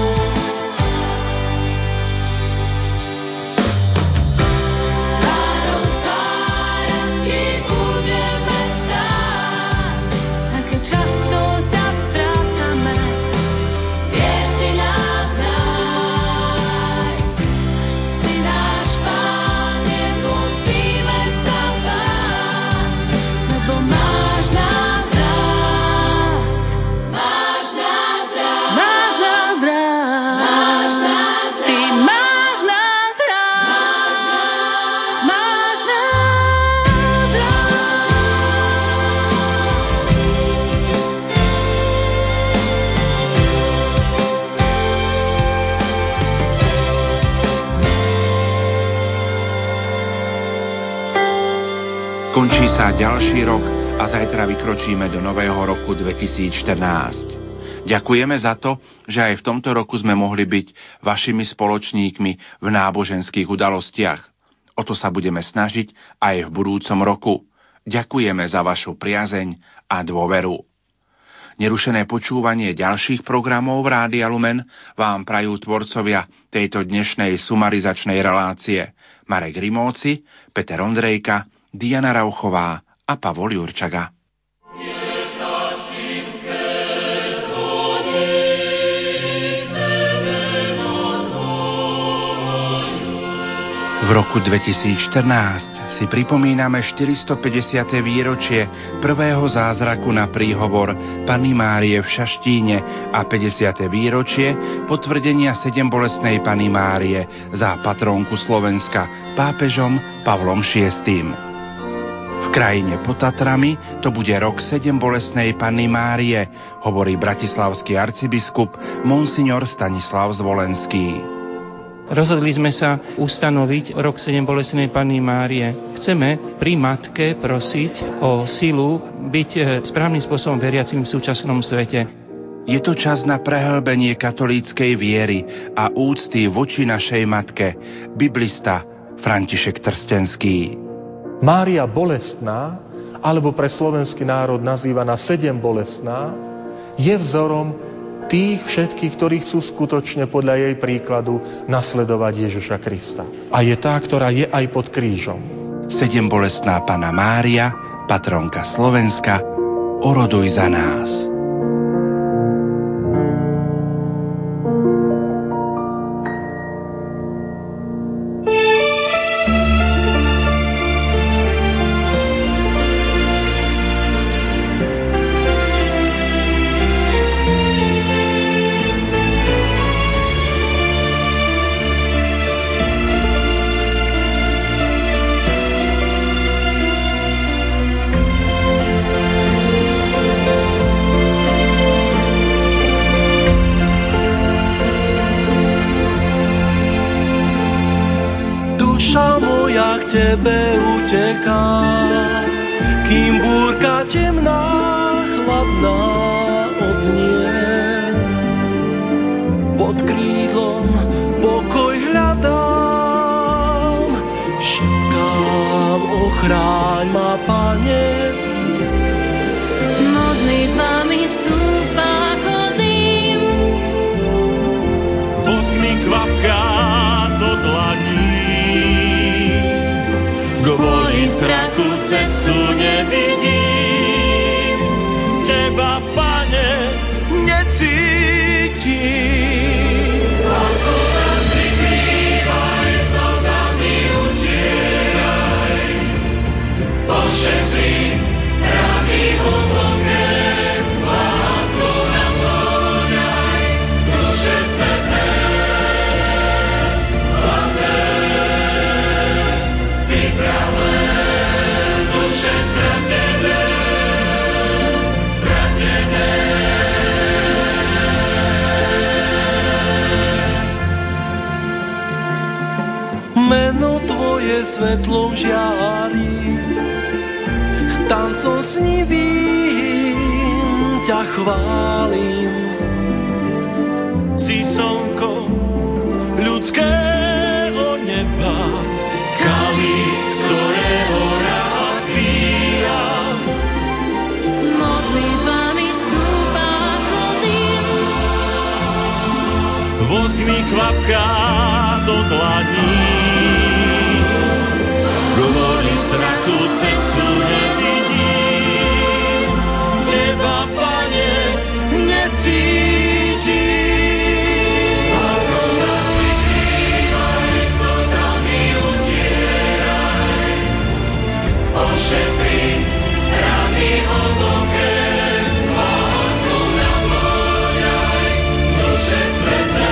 Končí sa ďalší rok a zajtra vykročíme do nového roku 2014. Ďakujeme za to, že aj v tomto roku sme mohli byť vašimi spoločníkmi v náboženských udalostiach. O to sa budeme snažiť aj v budúcom roku. Ďakujeme za vašu priazeň a dôveru. Nerušené počúvanie ďalších programov v Rádia Lumen vám prajú tvorcovia tejto dnešnej sumarizačnej relácie Marek Rimóci, Peter Ondrejka, Diana Rauchová a Pavol Jurčaga. V roku 2014 si pripomíname 450. výročie prvého zázraku na príhovor Panny Márie v Šaštíne a 50. výročie potvrdenia sedembolestnej Panny Márie za patrónku Slovenska pápežom Pavlom VI. V krajine pod Tatrami to bude rok sedembolestnej Panny Márie, hovorí bratislavský arcibiskup Monsignor Stanislav Zvolenský. Rozhodli sme sa ustanoviť rok sedembolestnej Panny Márie. Chceme pri matke prosiť o silu byť správnym spôsobom veriacim v súčasnom svete. Je to čas na prehlbenie katolíckej viery a úcty voči našej matke, biblista František Trstenský. Mária bolestná, alebo pre slovenský národ nazývaná sedembolestná, je vzorom tých všetkých, ktorí chcú skutočne podľa jej príkladu nasledovať Ježiša Krista. A je tá, ktorá je aj pod krížom. Sedembolestná Panna Mária, patronka Slovenska, oroduj za nás. Tebe uteká, kým búrka temná, chladná odznie. Pod krídlom pokoj hľadám, šepkám, ochráň ma, Pane. Modlitbami stúpa chodím, Bosk mi kvapká do dlaní. Kvôli strachu cestu nevidím, Teba, Pane, necítim. Lásku nás prikrývaj, slzami utieraj, pošepri pravý hlboké. žiari, tancom snivým ťa chválim. Si slnko ľudského neba, kalich, z ktorého rád pijam. Modlitbami stúpa chodím, vosk mi kvapká do dlaní, kvôli strachu cestu nevidím, teba, Pane, necítim. A znova prikrývaj, slzami utieraj, ošetri rany hlboké, pomocou naplňaj duše sveté.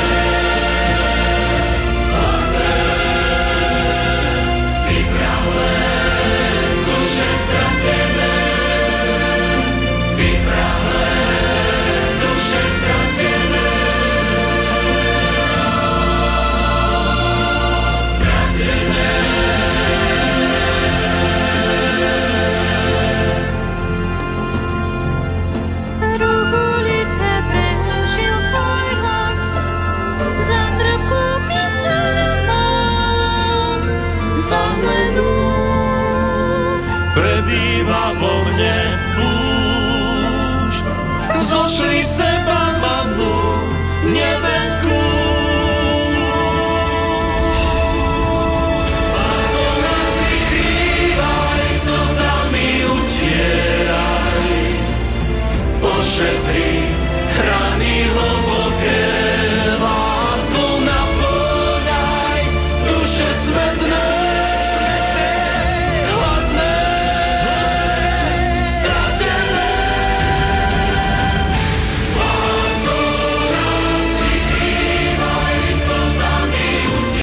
Prebýva vo mne púšť, zošli seba mannu nebeskú. Pána prikrývaj, slzami utieraj, pošetri rany hlboké.